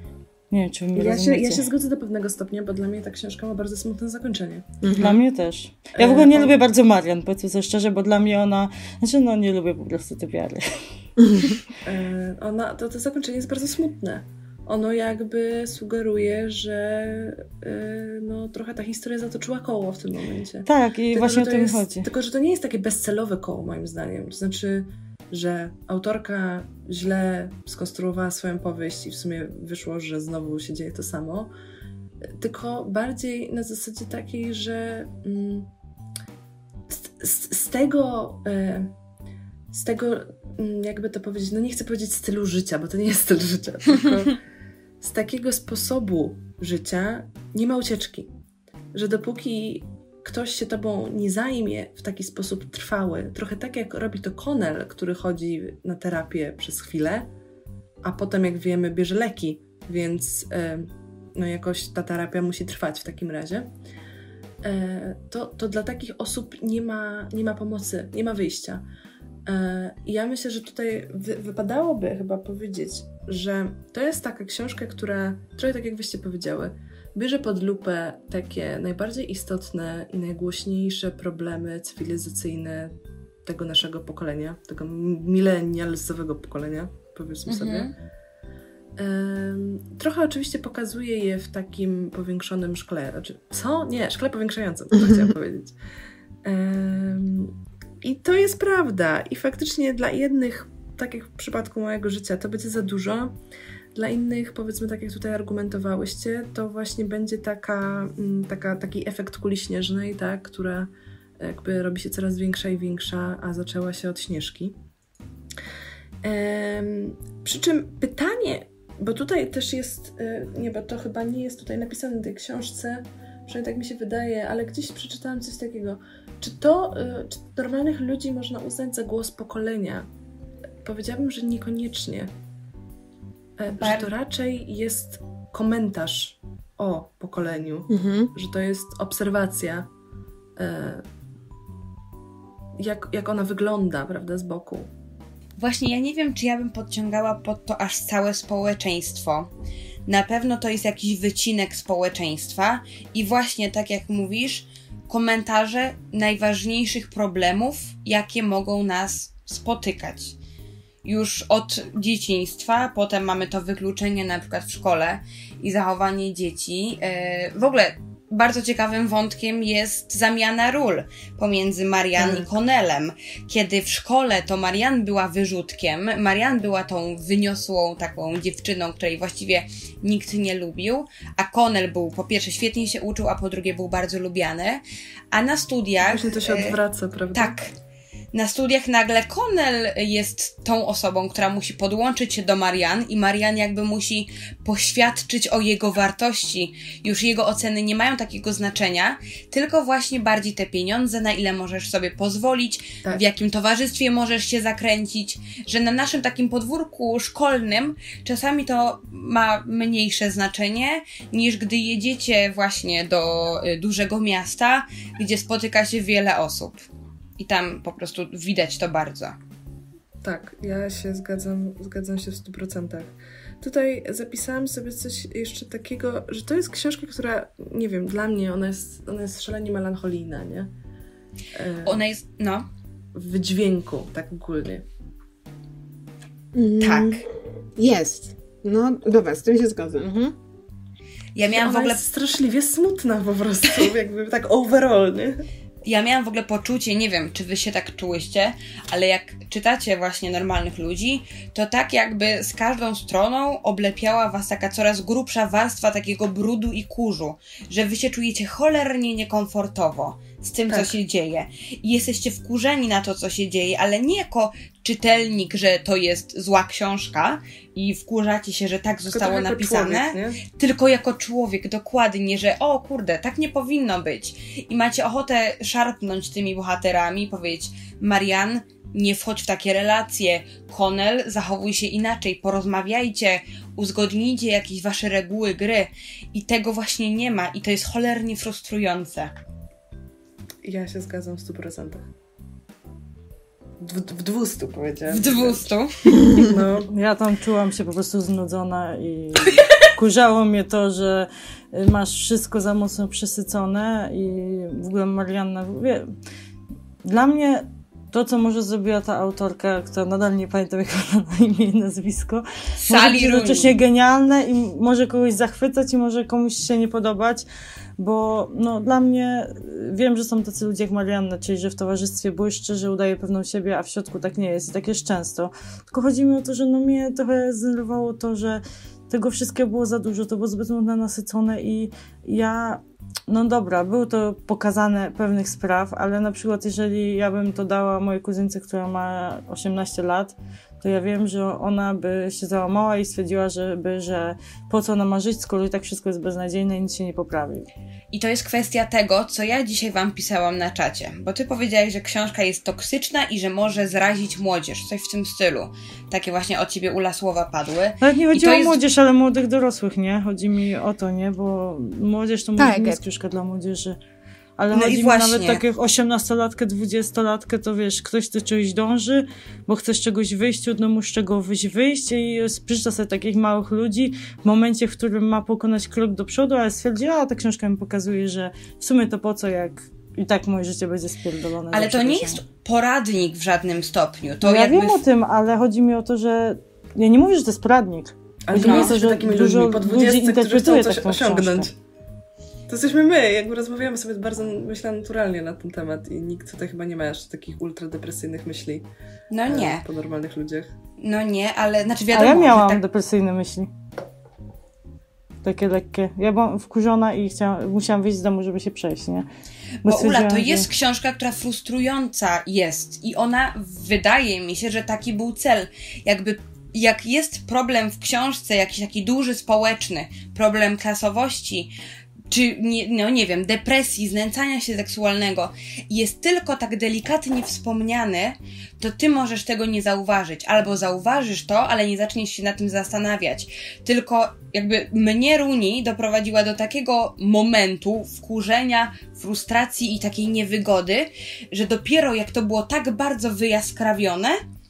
Nie wiem, czy wy mnie ja rozumiecie. się, ja się zgodzę do pewnego stopnia, bo dla mnie ta książka ma bardzo smutne zakończenie. Mhm. Dla mnie też. Ja w ogóle nie e, lubię on... bardzo Marianne, powiedzmy sobie szczerze, bo dla mnie ona... Znaczy, no nie lubię po prostu tej wiary. E, ona, to, to zakończenie jest bardzo smutne. Ono jakby sugeruje, że yy, no, trochę ta historia zatoczyła koło w tym momencie. Tak, i tylko, właśnie o tym jest, chodzi. Tylko, że to nie jest takie bezcelowe koło, moim zdaniem. To znaczy, że autorka źle skonstruowała swoją powieść i w sumie wyszło, że znowu się dzieje to samo. Tylko bardziej na zasadzie takiej, że mm, z, z tego, z tego, jakby to powiedzieć, no nie chcę powiedzieć stylu życia, bo to nie jest styl życia, tylko z takiego sposobu życia nie ma ucieczki. Że dopóki ktoś się tobą nie zajmie w taki sposób trwały, trochę tak jak robi to Connell, który chodzi na terapię przez chwilę, a potem, jak wiemy, bierze leki, więc no jakoś ta terapia musi trwać w takim razie, to, to dla takich osób nie ma, nie ma pomocy, nie ma wyjścia. I ja myślę, że tutaj wy, wypadałoby chyba powiedzieć, że to jest taka książka, która, trochę tak jak wyście powiedziały, bierze pod lupę takie najbardziej istotne i najgłośniejsze problemy cywilizacyjne tego naszego pokolenia, tego milenialsowego pokolenia, powiedzmy mhm. sobie. Um, trochę oczywiście pokazuje je w takim powiększonym szkle. Znaczy, co? Nie, szkle powiększającym, to chciałam powiedzieć. Um, I to jest prawda. I faktycznie dla jednych, tak jak w przypadku mojego życia, to będzie za dużo. Dla innych, powiedzmy, tak jak tutaj argumentowałyście, to właśnie będzie taka, taka, taki efekt kuli śnieżnej, tak, która jakby robi się coraz większa i większa, a zaczęła się od Śnieżki. Um, przy czym pytanie, bo tutaj też jest, nie, bo to chyba nie jest tutaj napisane w tej książce, przynajmniej tak mi się wydaje, ale gdzieś przeczytałam coś takiego. Czy to, czy normalnych ludzi można uznać za głos pokolenia? Powiedziałabym, że niekoniecznie. Że to raczej jest komentarz o pokoleniu, mhm. że to jest obserwacja, jak, jak ona wygląda, prawda, z boku. Właśnie ja nie wiem, czy ja bym podciągała pod to aż całe społeczeństwo. Na pewno to jest jakiś wycinek społeczeństwa i właśnie tak jak mówisz, komentarze najważniejszych problemów, jakie mogą nas spotykać. Już od dzieciństwa, potem mamy to wykluczenie na przykład w szkole i zachowanie dzieci. W ogóle bardzo ciekawym wątkiem jest zamiana ról pomiędzy Marianne hmm. i Connellem. Kiedy w szkole to Marianne była wyrzutkiem, Marianne była tą wyniosłą taką dziewczyną, której właściwie nikt nie lubił, a Connell był po pierwsze świetnie się uczył, a po drugie był bardzo lubiany, a na studiach... Właśnie to się odwraca, prawda? Tak. Na studiach nagle Connell jest tą osobą, która musi podłączyć się do Marianne i Marianne jakby musi poświadczyć o jego wartości. Już jego oceny nie mają takiego znaczenia, tylko właśnie bardziej te pieniądze, na ile możesz sobie pozwolić, tak. w jakim towarzystwie możesz się zakręcić, że na naszym takim podwórku szkolnym czasami to ma mniejsze znaczenie, niż gdy jedziecie właśnie do dużego miasta, gdzie spotyka się wiele osób. I tam po prostu widać to bardzo. Tak, ja się zgadzam, zgadzam się w stu procentach. Tutaj zapisałam sobie coś jeszcze takiego, że to jest książka, która, nie wiem, dla mnie ona jest, ona jest szalenie melancholijna, nie? E, ona jest, no. W wydźwięku, tak ogólnie. Mm, tak. Jest. No, dobra, z tym się zgadzam. Mhm. Ja miałam ona w ogóle... jest straszliwie smutna po prostu, jakby tak overall, nie? Ja miałam w ogóle poczucie, nie wiem, czy wy się tak czułyście, ale jak czytacie właśnie normalnych ludzi, to tak jakby z każdą stroną oblepiała was taka coraz grubsza warstwa takiego brudu i kurzu, że wy się czujecie cholernie niekomfortowo z tym, tak. co się dzieje. I jesteście wkurzeni na to, co się dzieje, ale nie jako czytelnik, że to jest zła książka i wkurzacie się, że tak zostało tylko napisane, człowiek, tylko jako człowiek, dokładnie, że o kurde, tak nie powinno być. I macie ochotę szarpnąć tymi bohaterami i powiedzieć: Marianne, nie wchodź w takie relacje, Connell, zachowuj się inaczej, porozmawiajcie, uzgodnijcie jakieś wasze reguły gry. I tego właśnie nie ma i to jest cholernie frustrujące. Ja się zgadzam w stu procentach. W, w dwustu powiedziałem. W dwustu? No. Ja tam czułam się po prostu znudzona i kurzało mnie to, że masz wszystko za mocno przesycone i w ogóle Marianna, wie, dla mnie to, co może zrobiła ta autorka, która nadal nie pamiętam jak ona na imię i nazwisko, Sally może być jednocześnie genialne i może kogoś zachwycać i może komuś się nie podobać, bo no dla mnie, wiem, że są tacy ludzie jak Marianna, czyli że w towarzystwie błyszczy, że udaje pewną siebie, a w środku tak nie jest i tak jest często. Tylko chodzi mi o to, że no mnie trochę zdenerwowało to, że tego wszystkiego było za dużo, to było zbyt nudne, nasycone i ja, no dobra, było to pokazane pewnych spraw, ale na przykład jeżeli ja bym to dała mojej kuzynce, która ma osiemnaście lat, to ja wiem, że ona by się załamała i stwierdziła, żeby, że po co ona ma żyć, skoro i tak wszystko jest beznadziejne i nic się nie poprawi. I to jest kwestia tego, co ja dzisiaj wam pisałam na czacie. Bo ty powiedziałeś, że książka jest toksyczna i że może zrazić młodzież. Coś w tym stylu. Takie właśnie od ciebie Ula słowa padły. Nawet nie chodzi o jest... młodzież, ale młodych dorosłych, nie? Chodzi mi o to, nie? Bo młodzież to może tak, nie jest książka dla młodzieży. Ale no chodzi i mi właśnie. nawet takich osiemnastolatkę, dwudziestolatkę, to wiesz, ktoś do czegoś dąży, bo chce z czegoś wyjść, trudno mu z czegoś wyjść i przeczyta sobie takich małych ludzi w momencie, w którym ma pokonać krok do przodu, ale stwierdzi, a ta książka mi pokazuje, że w sumie to po co, jak i tak moje życie będzie spierdolone. Ale to nie jest poradnik w żadnym stopniu. To no ja jakby... wiem o tym, ale chodzi mi o to, że ja nie mówię, że to jest poradnik. Ale no, nie jesteśmy takimi ludźmi po dwudziestce, którzy chcą coś osiągnąć. Książkę. To jesteśmy my, jakby rozmawiamy sobie bardzo, myślę, naturalnie na ten temat i nikt tutaj chyba nie ma aż takich ultradepresyjnych myśli. No nie. E, po normalnych ludziach. No nie, ale znaczy wiadomo, a ja miałam tak... depresyjne myśli. Takie lekkie. Ja byłam wkurzona i chciałam, musiałam wyjść z domu, żeby się przejść, nie? Bo, Bo Ula, to jest że... książka, która frustrująca jest i ona, wydaje mi się, że taki był cel. Jakby jak jest problem w książce, jakiś taki duży społeczny, problem klasowości, czy, nie, no nie wiem, depresji, znęcania się seksualnego i jest tylko tak delikatnie wspomniany, to ty możesz tego nie zauważyć. Albo zauważysz to, ale nie zaczniesz się na tym zastanawiać. Tylko jakby mnie Runi doprowadziła do takiego momentu wkurzenia, frustracji i takiej niewygody, że dopiero jak to było tak bardzo wyjaskrawione,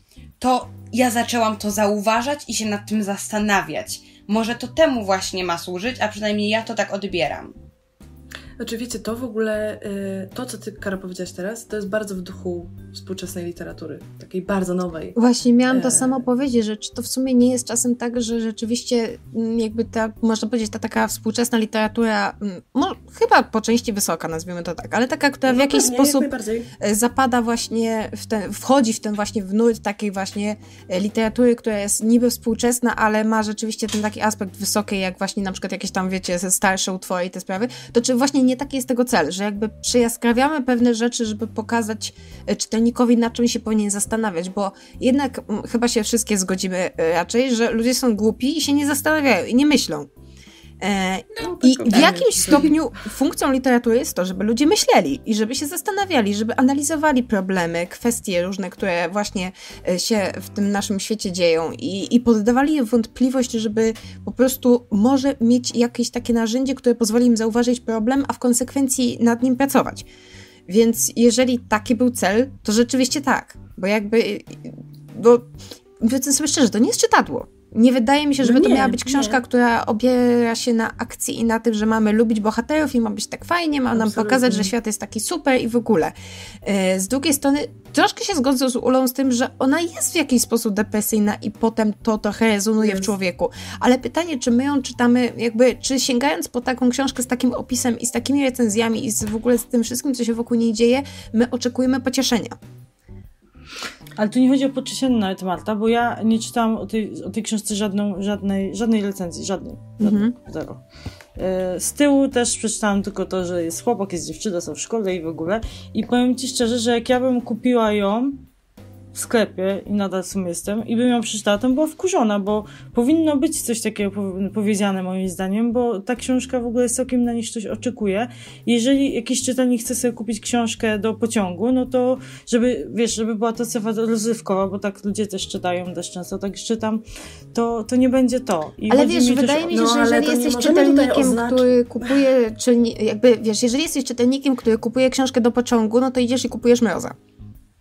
to ja zaczęłam to zauważać i się nad tym zastanawiać. Może to temu właśnie ma służyć, a przynajmniej ja to tak odbieram. Znaczy wiecie, to w ogóle, to co ty, Karo, powiedziałaś teraz, to jest bardzo w duchu współczesnej literatury, takiej bardzo nowej. Właśnie miałam to e... samo powiedzieć, że czy to w sumie nie jest czasem tak, że rzeczywiście jakby ta, można powiedzieć, ta taka współczesna literatura, no, chyba po części wysoka, nazwijmy to tak, ale taka, która w no, jakiś pewnie, sposób zapada właśnie, w ten, wchodzi w ten właśnie w nurt takiej właśnie literatury, która jest niby współczesna, ale ma rzeczywiście ten taki aspekt wysokiej, jak właśnie na przykład jakieś tam, wiecie, starsze utwory i te sprawy, to czy właśnie nie taki jest tego cel, że jakby przejaskrawiamy pewne rzeczy, żeby pokazać czytelnikowi, na czym się powinien zastanawiać, bo jednak m, chyba się wszystkie zgodzimy raczej, że ludzie są głupi i się nie zastanawiają i nie myślą. E, no, I w jakimś stopniu funkcją literatury jest to, żeby ludzie myśleli i żeby się zastanawiali, żeby analizowali problemy, kwestie różne, które właśnie się w tym naszym świecie dzieją i, i poddawali je wątpliwość, żeby po prostu może mieć jakieś takie narzędzie, które pozwoli im zauważyć problem, a w konsekwencji nad nim pracować. Więc jeżeli taki był cel, to rzeczywiście tak, bo jakby, bo powiedzmy sobie szczerze, to nie jest czytadło. Nie wydaje mi się, żeby no nie, to miała być książka, nie. która opiera się na akcji i na tym, że mamy lubić bohaterów i ma być tak fajnie, ma nam Absolutnie. pokazać, że świat jest taki super i w ogóle. Z drugiej strony troszkę się zgodzę z Ulą z tym, że ona jest w jakiś sposób depresyjna i potem to trochę rezonuje jest. w człowieku. Ale pytanie, czy my ją czytamy, jakby, czy sięgając po taką książkę z takim opisem i z takimi recenzjami i z, w ogóle z tym wszystkim, co się wokół niej dzieje, my oczekujemy pocieszenia. Ale tu nie chodzi o pocieszenie nawet, Marta, bo ja nie czytałam o tej, o tej książce żadną, żadnej, żadnej recenzji, żadnej, żadnej mm-hmm. zero. Z tyłu też przeczytałam tylko to, że jest chłopak, jest dziewczyna, są w szkole i w ogóle. I powiem ci szczerze, że jak ja bym kupiła ją w sklepie i nadal w sumie jestem i bym ją przeczytała, to bym była wkurzona, bo powinno być coś takiego powiedziane moim zdaniem, bo ta książka w ogóle jest całkiem na niż ktoś oczekuje. Jeżeli jakiś czytelnik chce sobie kupić książkę do pociągu, no to żeby, wiesz, żeby była to cecha rozrywkowa, bo tak ludzie też czytają, też często tak czytam, to, to nie będzie to. I ale wiesz, mi wydaje też... mi się, że no, jeżeli jesteś czytelnikiem, który kupuje, czyli jakby, wiesz, jeżeli jesteś czytelnikiem, który kupuje książkę do pociągu, no to idziesz i kupujesz Mroza.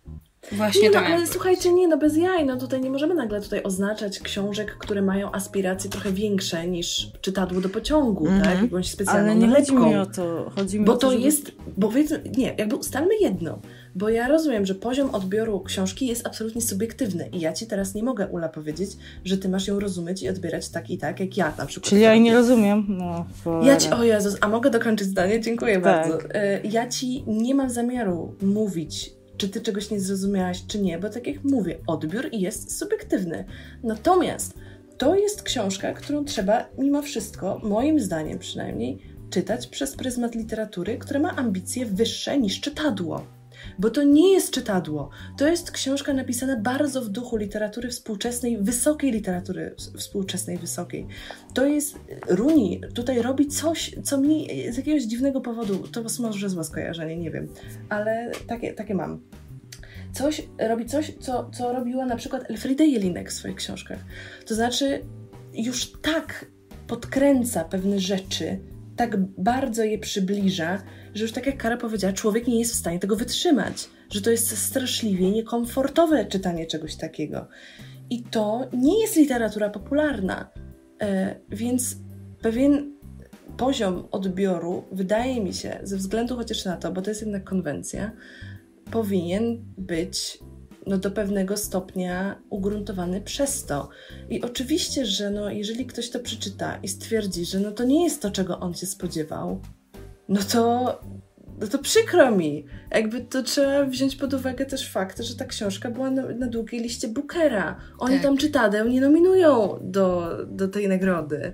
Właśnie nie, to no, ale słuchajcie, nie, no bez jaj, no tutaj nie możemy nagle tutaj oznaczać książek, które mają aspiracje trochę większe niż czytadło do pociągu, mm-hmm. tak? Jakąś specjalną ale nie nalepką. chodzi mi o to. Chodzi mi bo o to, to żeby... jest, bo powiedzmy, nie, jakby ustalmy jedno, bo ja rozumiem, że poziom odbioru książki jest absolutnie subiektywny i ja ci teraz nie mogę, Ula, powiedzieć, że ty masz ją rozumieć i odbierać tak i tak, jak ja na przykład. Czyli ja jej nie rozumiem? No, ja ci, o Jezus, a mogę dokończyć zdanie? Dziękuję tak. bardzo. Ja ci nie mam zamiaru mówić, czy ty czegoś nie zrozumiałaś, czy nie, bo tak jak mówię, odbiór jest subiektywny. Natomiast to jest książka, którą trzeba mimo wszystko, moim zdaniem przynajmniej, czytać przez pryzmat literatury, która ma ambicje wyższe niż czytadło. Bo to nie jest czytadło. To jest książka napisana bardzo w duchu literatury współczesnej, wysokiej literatury współczesnej, wysokiej. To jest... Rooney tutaj robi coś, co mi z jakiegoś dziwnego powodu, to może złe skojarzenie, nie wiem, ale takie, takie mam. Coś, robi coś, co, co robiła na przykład Elfriede Jelinek w swoich książkach. To znaczy już tak podkręca pewne rzeczy, tak bardzo je przybliża, że już tak jak Kara powiedziała, człowiek nie jest w stanie tego wytrzymać, że to jest straszliwie niekomfortowe czytanie czegoś takiego. I to nie jest literatura popularna, e, więc pewien poziom odbioru, wydaje mi się, ze względu chociaż na to, bo to jest jednak konwencja, powinien być no, do pewnego stopnia ugruntowany przez to. I oczywiście, że no, jeżeli ktoś to przeczyta i stwierdzi, że no, to nie jest to, czego on się spodziewał, no to, no to przykro mi. Jakby to trzeba wziąć pod uwagę też fakt, że ta książka była na, na długiej liście Bookera. Oni tak. tam czytadeł nie nominują do, do tej nagrody.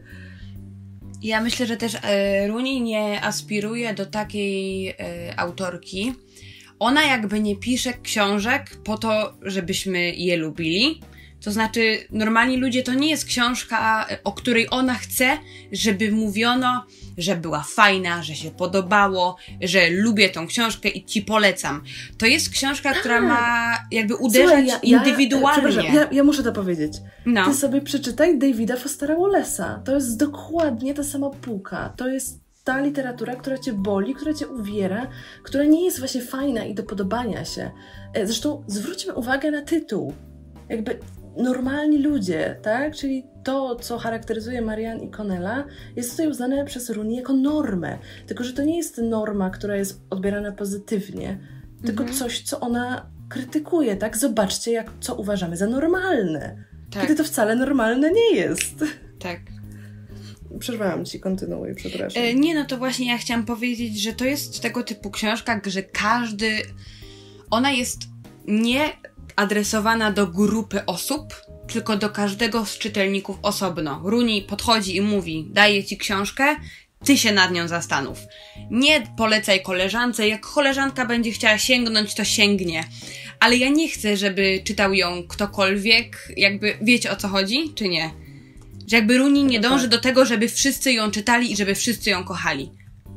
Ja myślę, że też e, Rooney nie aspiruje do takiej e, autorki. Ona jakby nie pisze książek po to, żebyśmy je lubili. To znaczy, normalni ludzie to nie jest książka, o której ona chce, żeby mówiono, że była fajna, że się podobało, że lubię tą książkę i ci polecam. To jest książka, tak. która ma jakby uderzać Słuchaj, ja, indywidualnie. Ja, ja, ja muszę to powiedzieć. No. Ty sobie przeczytaj Davida Fostera Wallace'a. To jest dokładnie ta sama półka. To jest ta literatura, która cię boli, która cię uwiera, która nie jest właśnie fajna i do podobania się. Zresztą zwróćmy uwagę na tytuł. Jakby normalni ludzie, tak? Czyli to, co charakteryzuje Marianne i Connella, jest tutaj uznane przez Rooney jako normę. Tylko, że to nie jest norma, która jest odbierana pozytywnie, tylko mhm. coś, co ona krytykuje, tak? Zobaczcie, jak, co uważamy za normalne. Tak. Kiedy to wcale normalne nie jest. Tak. Przerwałam ci, kontynuuj, przepraszam. E, nie, no to właśnie ja chciałam powiedzieć, że to jest tego typu książka, że każdy... Ona jest nie adresowana do grupy osób, tylko do każdego z czytelników osobno. Rooney podchodzi i mówi, daję ci książkę, ty się nad nią zastanów. Nie polecaj koleżance, jak koleżanka będzie chciała sięgnąć, to sięgnie. Ale ja nie chcę, żeby czytał ją ktokolwiek, jakby wiecie o co chodzi, czy nie? Że jakby Rooney nie dąży do tego, żeby wszyscy ją czytali i żeby wszyscy ją kochali.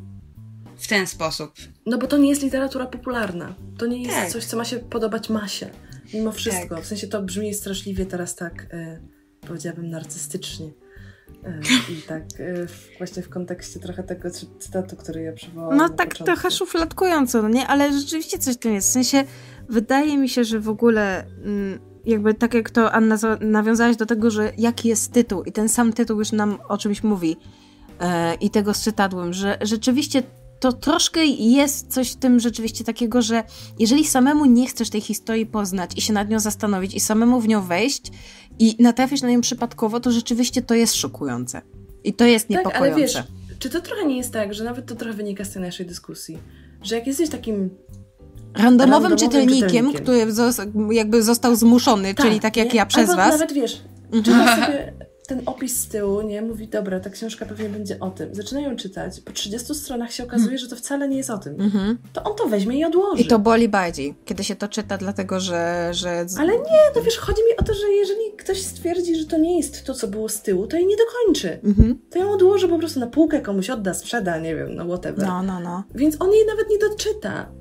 W ten sposób. No bo to nie jest literatura popularna. To nie jest tak. coś, co ma się podobać masie. Mimo wszystko. Tak. W sensie to brzmi straszliwie teraz tak, e, powiedziałabym, narcystycznie. E, I tak e, właśnie w kontekście trochę tego cytatu, który ja przywołałam. No tak początku. Trochę szufladkująco, no nie? Ale rzeczywiście coś w tym jest. W sensie wydaje mi się, że w ogóle... Mm, jakby tak jak to Anna nawiązałaś do tego, że jaki jest tytuł i ten sam tytuł już nam o czymś mówi e, i tego z czytadłem, że rzeczywiście to troszkę jest coś w tym rzeczywiście takiego, że jeżeli samemu nie chcesz tej historii poznać i się nad nią zastanowić i samemu w nią wejść i natrafisz na nią przypadkowo, to rzeczywiście to jest szokujące i to jest niepokojące. Tak, ale wiesz, czy to trochę nie jest tak, że nawet to trochę wynika z tej naszej dyskusji, że jak jesteś takim Randomowym, randomowym czytelnikiem, czytelnikiem, który zos- jakby został zmuszony, tak, czyli tak jak nie? ja przez Albo was. nawet wiesz, mhm. czytasz sobie ten opis z tyłu, nie? Mówi, dobra, ta książka pewnie będzie o tym. Zaczynają czytać, po trzydziestu stronach się okazuje, mhm. że to wcale nie jest o tym. Mhm. To on to weźmie i odłoży. I to boli bardziej, kiedy się to czyta, dlatego że... że... Ale nie, no wiesz, chodzi mi o to, że jeżeli ktoś stwierdzi, że to nie jest to, co było z tyłu, to jej nie dokończy. Mhm. To ją odłoży po prostu na półkę, komuś odda, sprzeda, nie wiem, no whatever. No, no, no. Więc on jej nawet nie doczyta.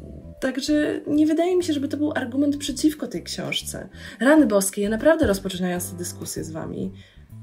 Także nie wydaje mi się, żeby to był argument przeciwko tej książce. Rany boskie, ja naprawdę rozpoczynając tę dyskusję z wami,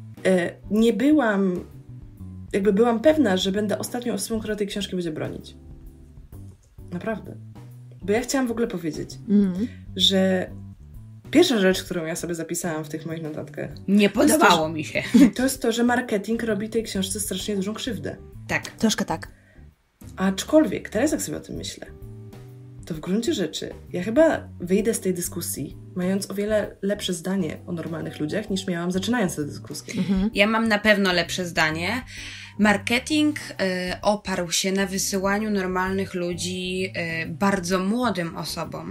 nie byłam, jakby byłam pewna, że będę ostatnią osobą, która tej książki będzie bronić. Naprawdę. bo ja chciałam w ogóle powiedzieć, mm. że pierwsza rzecz, którą ja sobie zapisałam w tych moich notatkach... Nie podobało to, mi się. To jest to, że marketing robi tej książce strasznie dużą krzywdę. Tak. Troszkę tak. Aczkolwiek, teraz jak sobie o tym myślę, to w gruncie rzeczy ja chyba wyjdę z tej dyskusji mając o wiele lepsze zdanie o normalnych ludziach, niż miałam zaczynając tę dyskusję. Mhm. Ja mam na pewno lepsze zdanie. Marketing y, oparł się na wysyłaniu normalnych ludzi y, bardzo młodym osobom.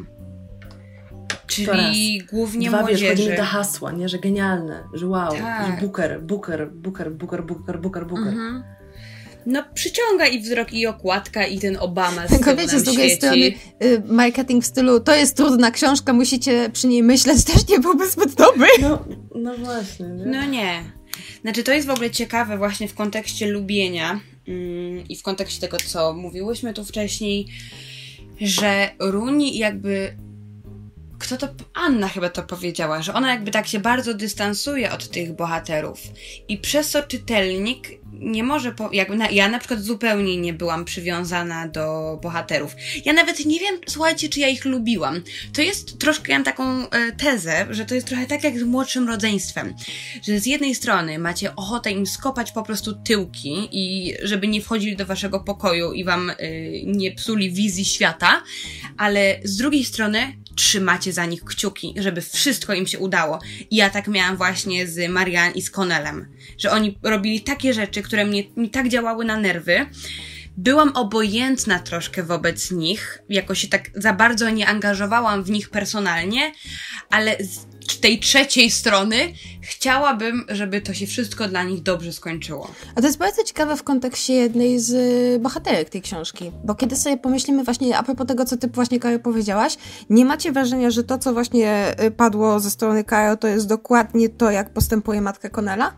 Czyli głównie Dwa, młodzieży. Wiesz, chodzi mi do hasła, nie? Że genialne, że wow, tak. że Booker, Booker, Booker, Booker, Booker, Booker, Booker. Mhm. No przyciąga i wzrok, i okładka, i ten Obama z Tylko wiecie, z drugiej świeci. strony y, marketing w stylu, to jest trudna książka, musicie przy niej myśleć, też nie byłby zbyt dobry. No, no właśnie. Nie? No nie. Znaczy to jest w ogóle ciekawe właśnie w kontekście lubienia yy, i w kontekście tego, co mówiłyśmy tu wcześniej, że Rooney jakby... Kto to? Anna chyba to powiedziała, że ona jakby tak się bardzo dystansuje od tych bohaterów i przez to czytelnik nie może, po, jakby na, ja na przykład zupełnie nie byłam przywiązana do bohaterów. Ja nawet nie wiem, słuchajcie, czy ja ich lubiłam. To jest troszkę, ja mam taką e, tezę, że to jest trochę tak jak z młodszym rodzeństwem, że z jednej strony macie ochotę im skopać po prostu tyłki i żeby nie wchodzili do waszego pokoju i wam e, nie psuli wizji świata, ale z drugiej strony trzymacie za nich kciuki, żeby wszystko im się udało. I ja tak miałam właśnie z Marianne i z Connellem, że oni robili takie rzeczy, które mnie, mi tak działały na nerwy. Byłam obojętna troszkę wobec nich, jakoś się tak za bardzo nie angażowałam w nich personalnie, ale z tej trzeciej strony chciałabym, żeby to się wszystko dla nich dobrze skończyło. A to jest bardzo ciekawe w kontekście jednej z bohaterek tej książki, bo kiedy sobie pomyślimy właśnie a propos tego, co ty właśnie, Kajo, powiedziałaś, nie macie wrażenia, że to, co właśnie padło ze strony Kajo, to jest dokładnie to, jak postępuje matka Connella?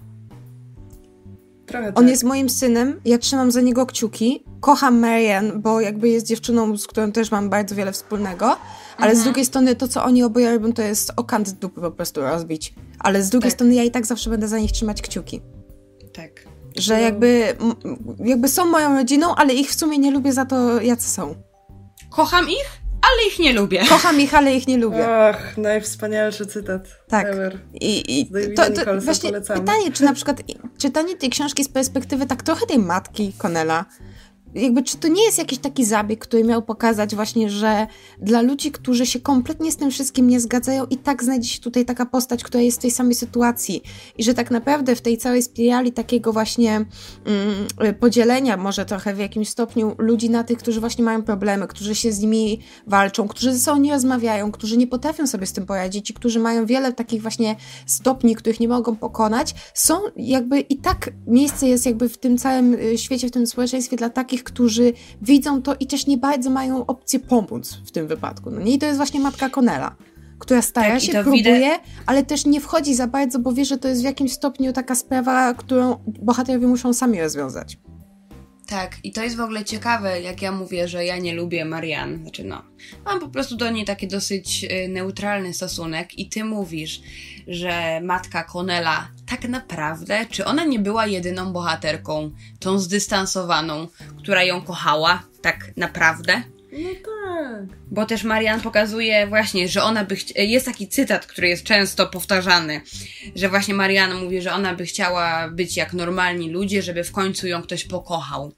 Trochę On tak. jest moim synem, ja trzymam za niego kciuki, kocham Marianne, bo jakby jest dziewczyną, z którą też mam bardzo wiele wspólnego, ale mhm. z drugiej strony to, co oni oboje robią, to jest o kant dupy po prostu rozbić. Ale z drugiej tak. strony ja i tak zawsze będę za nich trzymać kciuki. Tak. Że no. jakby, jakby są moją rodziną, ale ich w sumie nie lubię za to, jacy są. Kocham ich, ale ich nie lubię. Kocham ich, ale ich nie lubię. Ach, najwspanialszy cytat. Tak. Ever. I, i to, to właśnie polecamy. Pytanie, czy na przykład czytanie tej książki z perspektywy tak trochę tej matki Connella, jakby czy to nie jest jakiś taki zabieg, który miał pokazać właśnie, że dla ludzi, którzy się kompletnie z tym wszystkim nie zgadzają, i tak znajdzie się tutaj taka postać, która jest w tej samej sytuacji i że tak naprawdę w tej całej spirali takiego właśnie mm, podzielenia może trochę w jakimś stopniu ludzi na tych, którzy właśnie mają problemy, którzy się z nimi walczą, którzy ze sobą nie rozmawiają, którzy nie potrafią sobie z tym poradzić i którzy mają wiele takich właśnie stopni, których nie mogą pokonać, są jakby i tak miejsce jest jakby w tym całym świecie, w tym społeczeństwie dla takich, którzy widzą to i też nie bardzo mają opcję pomóc w tym wypadku. No nie? I to jest właśnie matka Connella, która stara tak, się, próbuje, widzę... ale też nie wchodzi za bardzo, bo wie, że to jest w jakimś stopniu taka sprawa, którą bohaterowie muszą sami rozwiązać. Tak, i to jest w ogóle ciekawe, jak ja mówię, że ja nie lubię Marianne. Znaczy no, mam po prostu do niej taki dosyć y, neutralny stosunek i ty mówisz, że matka Connella tak naprawdę, czy ona nie była jedyną bohaterką, tą zdystansowaną, która ją kochała tak naprawdę? No tak. Bo też Marianne pokazuje właśnie, że ona by chci- jest taki cytat, który jest często powtarzany, że właśnie Marianne mówi, że ona by chciała być jak normalni ludzie, żeby w końcu ją ktoś pokochał.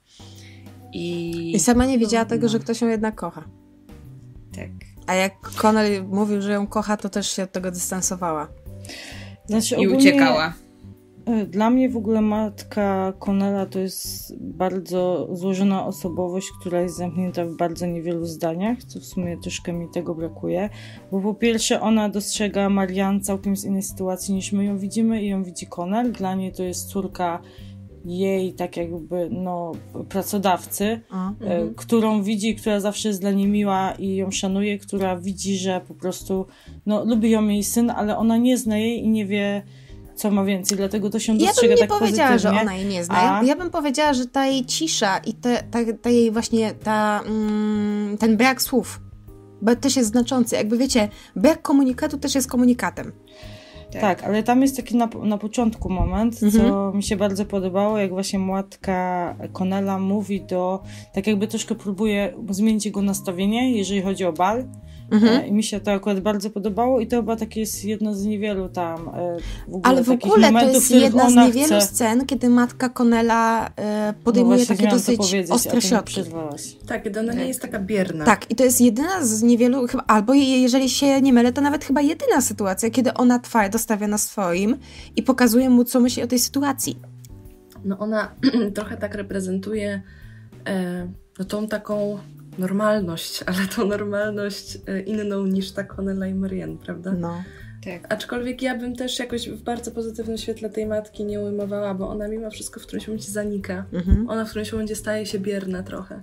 I, I sama nie wiedziała no, tego, no. że ktoś ją jednak kocha. Tak. A jak Connell mówił, że ją kocha, to też się od tego dystansowała. Znaczy, I ogólnie... uciekała. Dla mnie w ogóle matka Connella to jest bardzo złożona osobowość, która jest zamknięta w bardzo niewielu zdaniach, co w sumie troszkę mi tego brakuje, bo po pierwsze ona dostrzega Marianne całkiem z innej sytuacji niż my ją widzimy i ją widzi Connell. Dla niej to jest córka jej tak jakby no pracodawcy, A, y, mhm. którą widzi, która zawsze jest dla niej miła i ją szanuje, która widzi, że po prostu no lubi ją jej syn, ale ona nie zna jej i nie wie co ma więcej, dlatego to się dostrzega tak pozytywnie. Ja bym nie powiedziała, że ona jej nie zna. Ja, ja bym powiedziała, że ta jej cisza i te, ta, ta jej właśnie ta, mm, ten brak słów, bo też jest znaczący. Jakby wiecie, brak komunikatu też jest komunikatem. Tak. tak, ale tam jest taki na, na początku moment, mhm. co mi się bardzo podobało, jak właśnie matka Connella mówi do, tak jakby troszkę próbuje zmienić jego nastawienie, jeżeli chodzi o Bal. Mhm. I mi się to akurat bardzo podobało i to chyba takie jest jedno z niewielu tam e, w ogóle Ale w ogóle momentów, to jest jedna z niewielu chce... scen, kiedy matka Connella e, podejmuje no takie dosyć ostre środki. Tak, kiedy ona nie jest taka bierna. Tak, i to jest jedyna z niewielu, chyba, albo jeżeli się nie mylę, to nawet chyba jedyna sytuacja, kiedy ona twardo stawia na swoim i pokazuje mu, co myśli o tej sytuacji. No ona trochę tak reprezentuje e, no tą taką normalność, ale to normalność inną niż ta Connella i Marianne, prawda? No. Tak. Aczkolwiek ja bym też jakoś w bardzo pozytywnym świetle tej matki nie ujmowała, bo ona mimo wszystko w którymś momencie zanika. Mhm. Ona w którymś momencie staje się bierna trochę.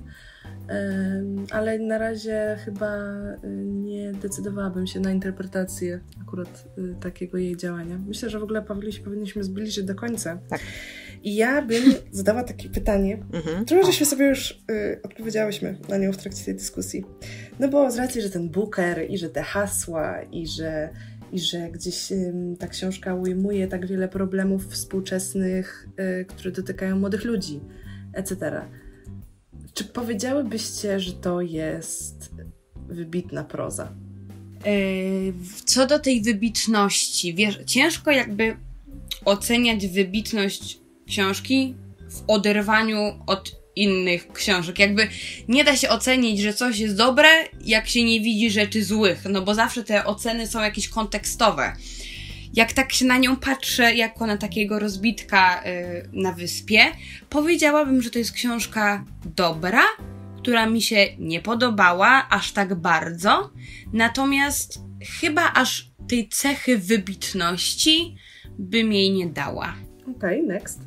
Um, ale na razie chyba nie decydowałabym się na interpretację akurat y, takiego jej działania. Myślę, że w ogóle powinniśmy, powinniśmy zbliżyć do końca. Tak. I ja bym zadała takie pytanie, mhm. które żeśmy sobie już y, odpowiedziałyśmy na nią w trakcie tej dyskusji. No bo z racji, że ten Booker i że te hasła i że, i że gdzieś y, ta książka ujmuje tak wiele problemów współczesnych, y, które dotykają młodych ludzi, et cetera. Czy powiedziałybyście, że to jest wybitna proza? Yy, co do tej wybitności, wiesz, ciężko jakby oceniać wybitność książki w oderwaniu od innych książek. Jakby nie da się ocenić, że coś jest dobre, jak się nie widzi rzeczy złych, no bo zawsze te oceny są jakieś kontekstowe. Jak tak się na nią patrzę, jako na takiego rozbitka yy, na wyspie, powiedziałabym, że to jest książka dobra, która mi się nie podobała aż tak bardzo, natomiast chyba aż tej cechy wybitności bym jej nie dała. Okej, okay, next.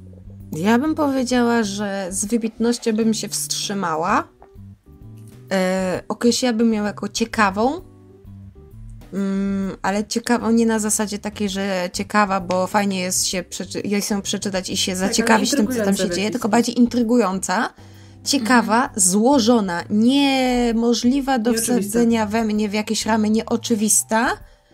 Ja bym powiedziała, że z wybitnością bym się wstrzymała. Yy, określiłabym ją jako ciekawą, Mm, ale ciekawa, nie na zasadzie takiej, że ciekawa, bo fajnie jest się, przeczy- jest się przeczytać i się tak, zaciekawić tym, co tam się dzieje, tylko bardziej intrygująca, ciekawa, mhm. złożona, niemożliwa do wsadzenia we mnie w jakieś ramy, nieoczywista,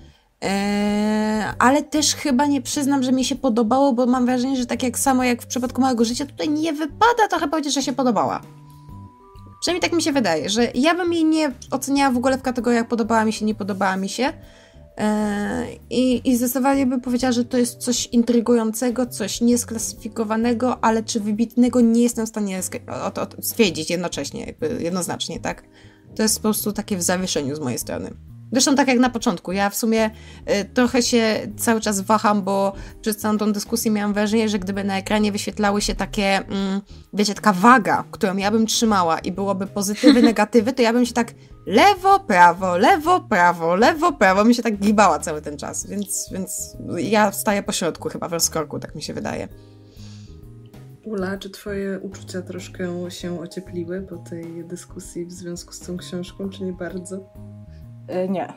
eee, ale też chyba nie przyznam, że mi się podobało, bo mam wrażenie, że tak jak samo jak w przypadku Małego Życia, tutaj nie wypada trochę powiedzieć, że się podobała. Przynajmniej tak mi się wydaje, że ja bym jej nie oceniała w ogóle w kategoriach podobała mi się, nie podobała mi się. Yy, i, I zdecydowanie bym powiedziała, że to jest coś intrygującego, coś niesklasyfikowanego, ale czy wybitnego nie jestem w stanie sk- o, o, stwierdzić jednocześnie, jakby jednoznacznie, tak? To jest po prostu takie w zawieszeniu z mojej strony. Zresztą tak jak na początku, ja w sumie y, trochę się cały czas waham, bo przez całą tą dyskusję miałam wrażenie, że gdyby na ekranie wyświetlały się takie, mm, wiecie, taka waga, którą ja bym trzymała i byłoby pozytywy, negatywy, to ja bym się tak lewo, prawo, lewo, prawo, lewo, prawo, mi się tak gibała cały ten czas, więc, więc ja staję po środku chyba w rozkorku, tak mi się wydaje. Ula, czy twoje uczucia troszkę się ociepliły po tej dyskusji w związku z tą książką, czy nie bardzo? E, nie.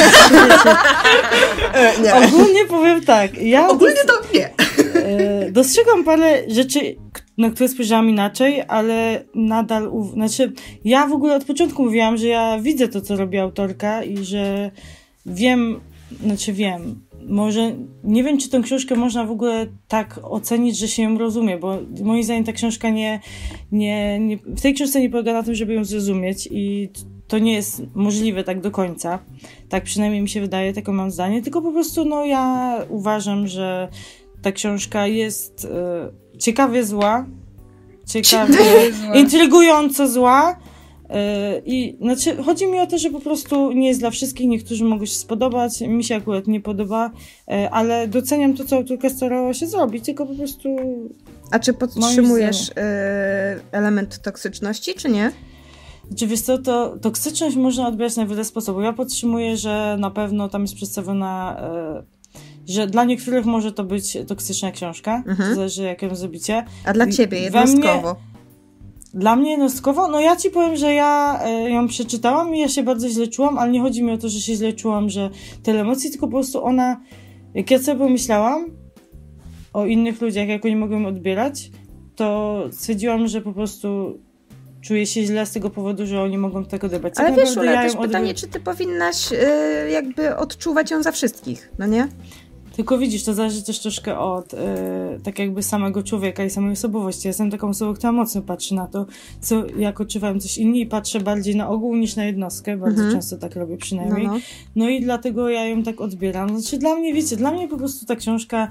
e, nie. Ogólnie powiem tak. Ja Ogólnie to nie. E, dostrzegam parę rzeczy, na które spojrzałam inaczej, ale nadal... U... Znaczy, ja w ogóle od początku mówiłam, że ja widzę to, co robi autorka i że wiem, znaczy wiem, może nie wiem, czy tę książkę można w ogóle tak ocenić, że się ją rozumie, bo moim zdaniem ta książka nie, nie, nie... W tej książce nie polega na tym, żeby ją zrozumieć i to nie jest możliwe tak do końca. Tak przynajmniej mi się wydaje, takie mam zdanie. Tylko po prostu no ja uważam, że ta książka jest e, ciekawie zła, ciekawie, intrygująco zła. E, I znaczy, chodzi mi o to, że po prostu nie jest dla wszystkich. Niektórzy mogą się spodobać. Mi się akurat nie podoba, e, ale doceniam to, co autorka starała się zrobić, tylko po prostu... A czy podtrzymujesz y, element toksyczności, czy nie? Czy wiesz co, to toksyczność można odbierać na wiele sposobów. Ja podtrzymuję, że na pewno tam jest przedstawiona, e, że dla niektórych może to być toksyczna książka, mhm. zależy jak ją zrobicie. A dla ciebie jednostkowo? Mnie, dla mnie jednostkowo? No ja ci powiem, że ja e, ją przeczytałam i ja się bardzo źle czułam, ale nie chodzi mi o to, że się źle czułam, że tyle emocji, tylko po prostu ona, jak ja sobie pomyślałam o innych ludziach, jak oni mogą odbierać, to stwierdziłam, że po prostu czuję się źle z tego powodu, że oni mogą tego odebrać. Ale wiesz, Ula, ja też pytanie, odbier... czy ty powinnaś yy, jakby odczuwać ją za wszystkich, no nie? Tylko widzisz, to zależy też troszkę od y, tak jakby samego człowieka i samej osobowości. Ja jestem taką osobą, która mocno patrzy na to, co, jak odczuwają coś inni i patrzę bardziej na ogół niż na jednostkę. Bardzo mhm. często tak robię przynajmniej. No, no. no i dlatego ja ją tak odbieram. Znaczy dla mnie, wiecie, dla mnie po prostu ta książka,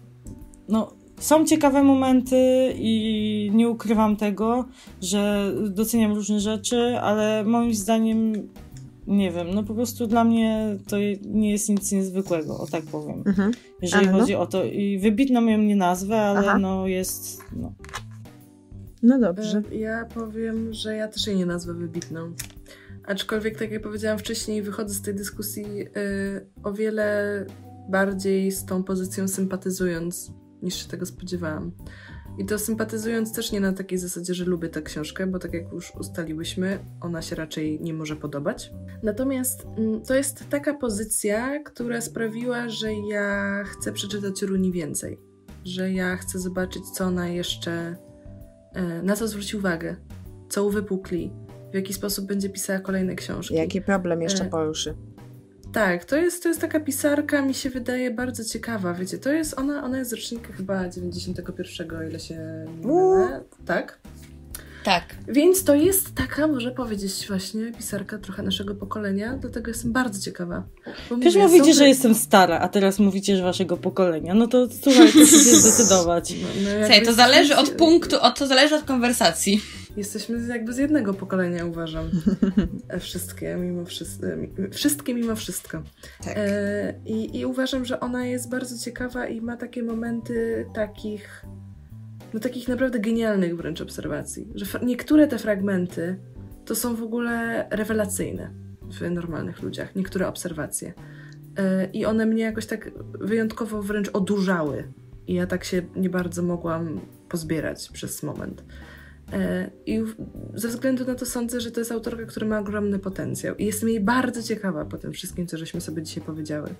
no są ciekawe momenty i nie ukrywam tego, że doceniam różne rzeczy, ale moim zdaniem nie wiem, no po prostu dla mnie to nie jest nic niezwykłego, o tak powiem. Mhm. Jeżeli Aha, chodzi no. o to. I wybitną ją nie nazwę, ale Aha. no jest... No. no dobrze. Ja powiem, że ja też jej nie nazwę wybitną. Aczkolwiek, tak jak powiedziałam wcześniej, wychodzę z tej dyskusji yy, o wiele bardziej z tą pozycją sympatyzując, niż się tego spodziewałam. I to sympatyzując też nie na takiej zasadzie, że lubię tę książkę, bo tak jak już ustaliłyśmy, ona się raczej nie może podobać. Natomiast to jest taka pozycja, która sprawiła, że ja chcę przeczytać Runi więcej. Że ja chcę zobaczyć, co ona jeszcze, na co zwróci uwagę, co uwypukli, w jaki sposób będzie pisała kolejne książki. Jaki problem jeszcze poruszy. Tak, to jest, to jest taka pisarka, mi się wydaje bardzo ciekawa, wiecie, to jest, ona, ona jest z rocznika chyba dziewięćdziesiątego pierwszego, o ile się nie mylę, tak? Tak. Więc to jest taka, może powiedzieć właśnie, pisarka trochę naszego pokolenia, dlatego jestem bardzo ciekawa. Też mówicie, są... że jestem stara, a teraz mówicie, że waszego pokolenia, no to słuchaj, to musicie zdecydować. No, no Słuchaj, to zależy od punktu, od, to zależy od konwersacji. Jesteśmy jakby z jednego pokolenia, uważam. Wszystkie mimo, wszystko, wszystkie mimo wszystko. Tak. E, i, I uważam, że ona jest bardzo ciekawa i ma takie momenty takich, no takich naprawdę genialnych wręcz obserwacji. Że f- niektóre te fragmenty to są w ogóle rewelacyjne w normalnych ludziach. Niektóre obserwacje. E, I one mnie jakoś tak wyjątkowo wręcz odurzały. I ja tak się nie bardzo mogłam pozbierać przez moment. I ze względu na to sądzę, że to jest autorka, która ma ogromny potencjał i jestem jej bardzo ciekawa po tym wszystkim, co żeśmy sobie dzisiaj powiedziały.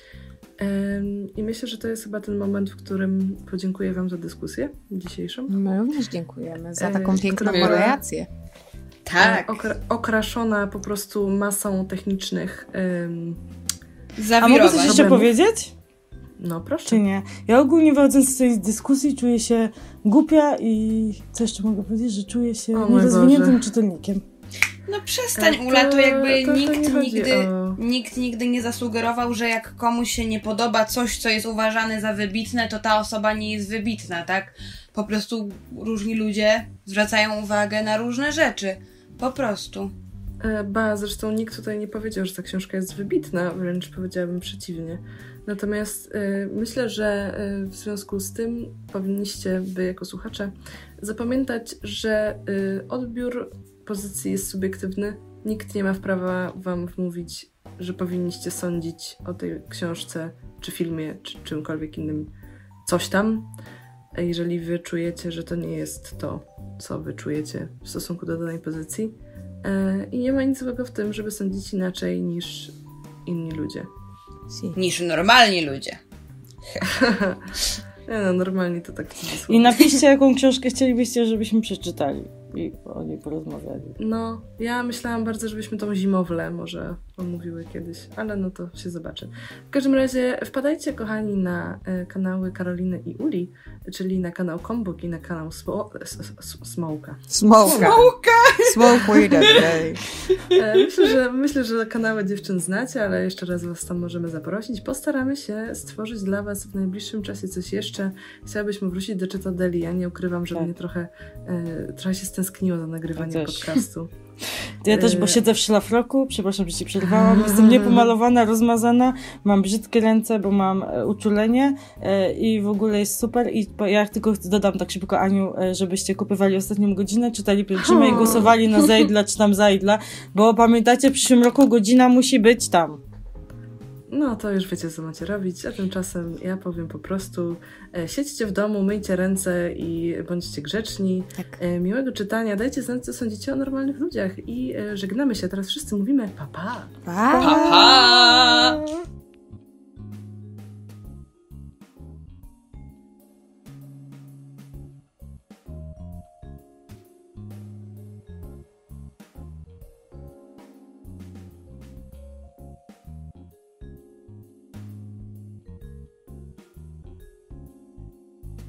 I myślę, że to jest chyba ten moment, w którym podziękuję wam za dyskusję dzisiejszą. My również dziękujemy za taką piękną moderację. Tak. Okra- okraszona po prostu masą technicznych um, zawirowań. A mogę coś jeszcze powiedzieć? No proszę. Czy nie? Ja ogólnie wychodząc z tej dyskusji czuję się głupia i co jeszcze mogę powiedzieć, że czuję się nierozwiniętym czytelnikiem. No przestań, to, Ula, to jakby to, to nikt, nigdy, o... nikt nigdy nie zasugerował, że jak komuś się nie podoba coś, co jest uważane za wybitne, to ta osoba nie jest wybitna, tak? Po prostu różni ludzie zwracają uwagę na różne rzeczy. Po prostu. Ba, zresztą nikt tutaj nie powiedział, że ta książka jest wybitna, wręcz powiedziałabym przeciwnie. Natomiast y, myślę, że y, w związku z tym powinniście, wy jako słuchacze, zapamiętać, że y, odbiór pozycji jest subiektywny. Nikt nie ma prawa wam wmówić, że powinniście sądzić o tej książce, czy filmie, czy czymkolwiek innym coś tam, jeżeli wy czujecie, że to nie jest to, co wy czujecie w stosunku do danej pozycji. Y, I nie ma nic złego w tym, żeby sądzić inaczej niż inni ludzie. Si. Niż normalni ludzie. Nie no, normalnie to tak I napiszcie, jaką książkę chcielibyście, żebyśmy przeczytali i o niej porozmawiali. No, ja myślałam bardzo, żebyśmy tą Zimowlę może omówiły kiedyś, ale no to się zobaczy. W każdym razie wpadajcie, kochani, na y, kanały Karoliny i Uli, czyli na kanał Kombuk i na kanał Smo- Smołka. Smołka! Smoke weed every day. Myślę, że, myślę, że kanały dziewczyn znacie, ale jeszcze raz was tam możemy zaprosić. Postaramy się stworzyć dla was w najbliższym czasie coś jeszcze. Chciałabyśmy wrócić do Czytadeli. Ja nie ukrywam, że tak. mnie trochę, e, trochę się stęskniło za nagrywaniem ja podcastu. Ja też, bo siedzę w szlafroku, przepraszam, że ci przerwałam, jestem niepomalowana, rozmazana, mam brzydkie ręce, bo mam e, uczulenie e, i w ogóle jest super i po, ja tylko dodam tak szybko, Aniu, e, żebyście kupywali ostatnią godzinę, czytali pielgrzymę i głosowali na Zajdla czy tam Zajdla, bo pamiętajcie, w przyszłym roku godzina musi być tam. No to już wiecie, co macie robić, a tymczasem ja powiem po prostu e, siedźcie w domu, myjcie ręce i bądźcie grzeczni. Tak. E, miłego czytania, dajcie znać, co sądzicie o normalnych ludziach i e, żegnamy się. Teraz wszyscy mówimy pa pa. Pa, pa, pa.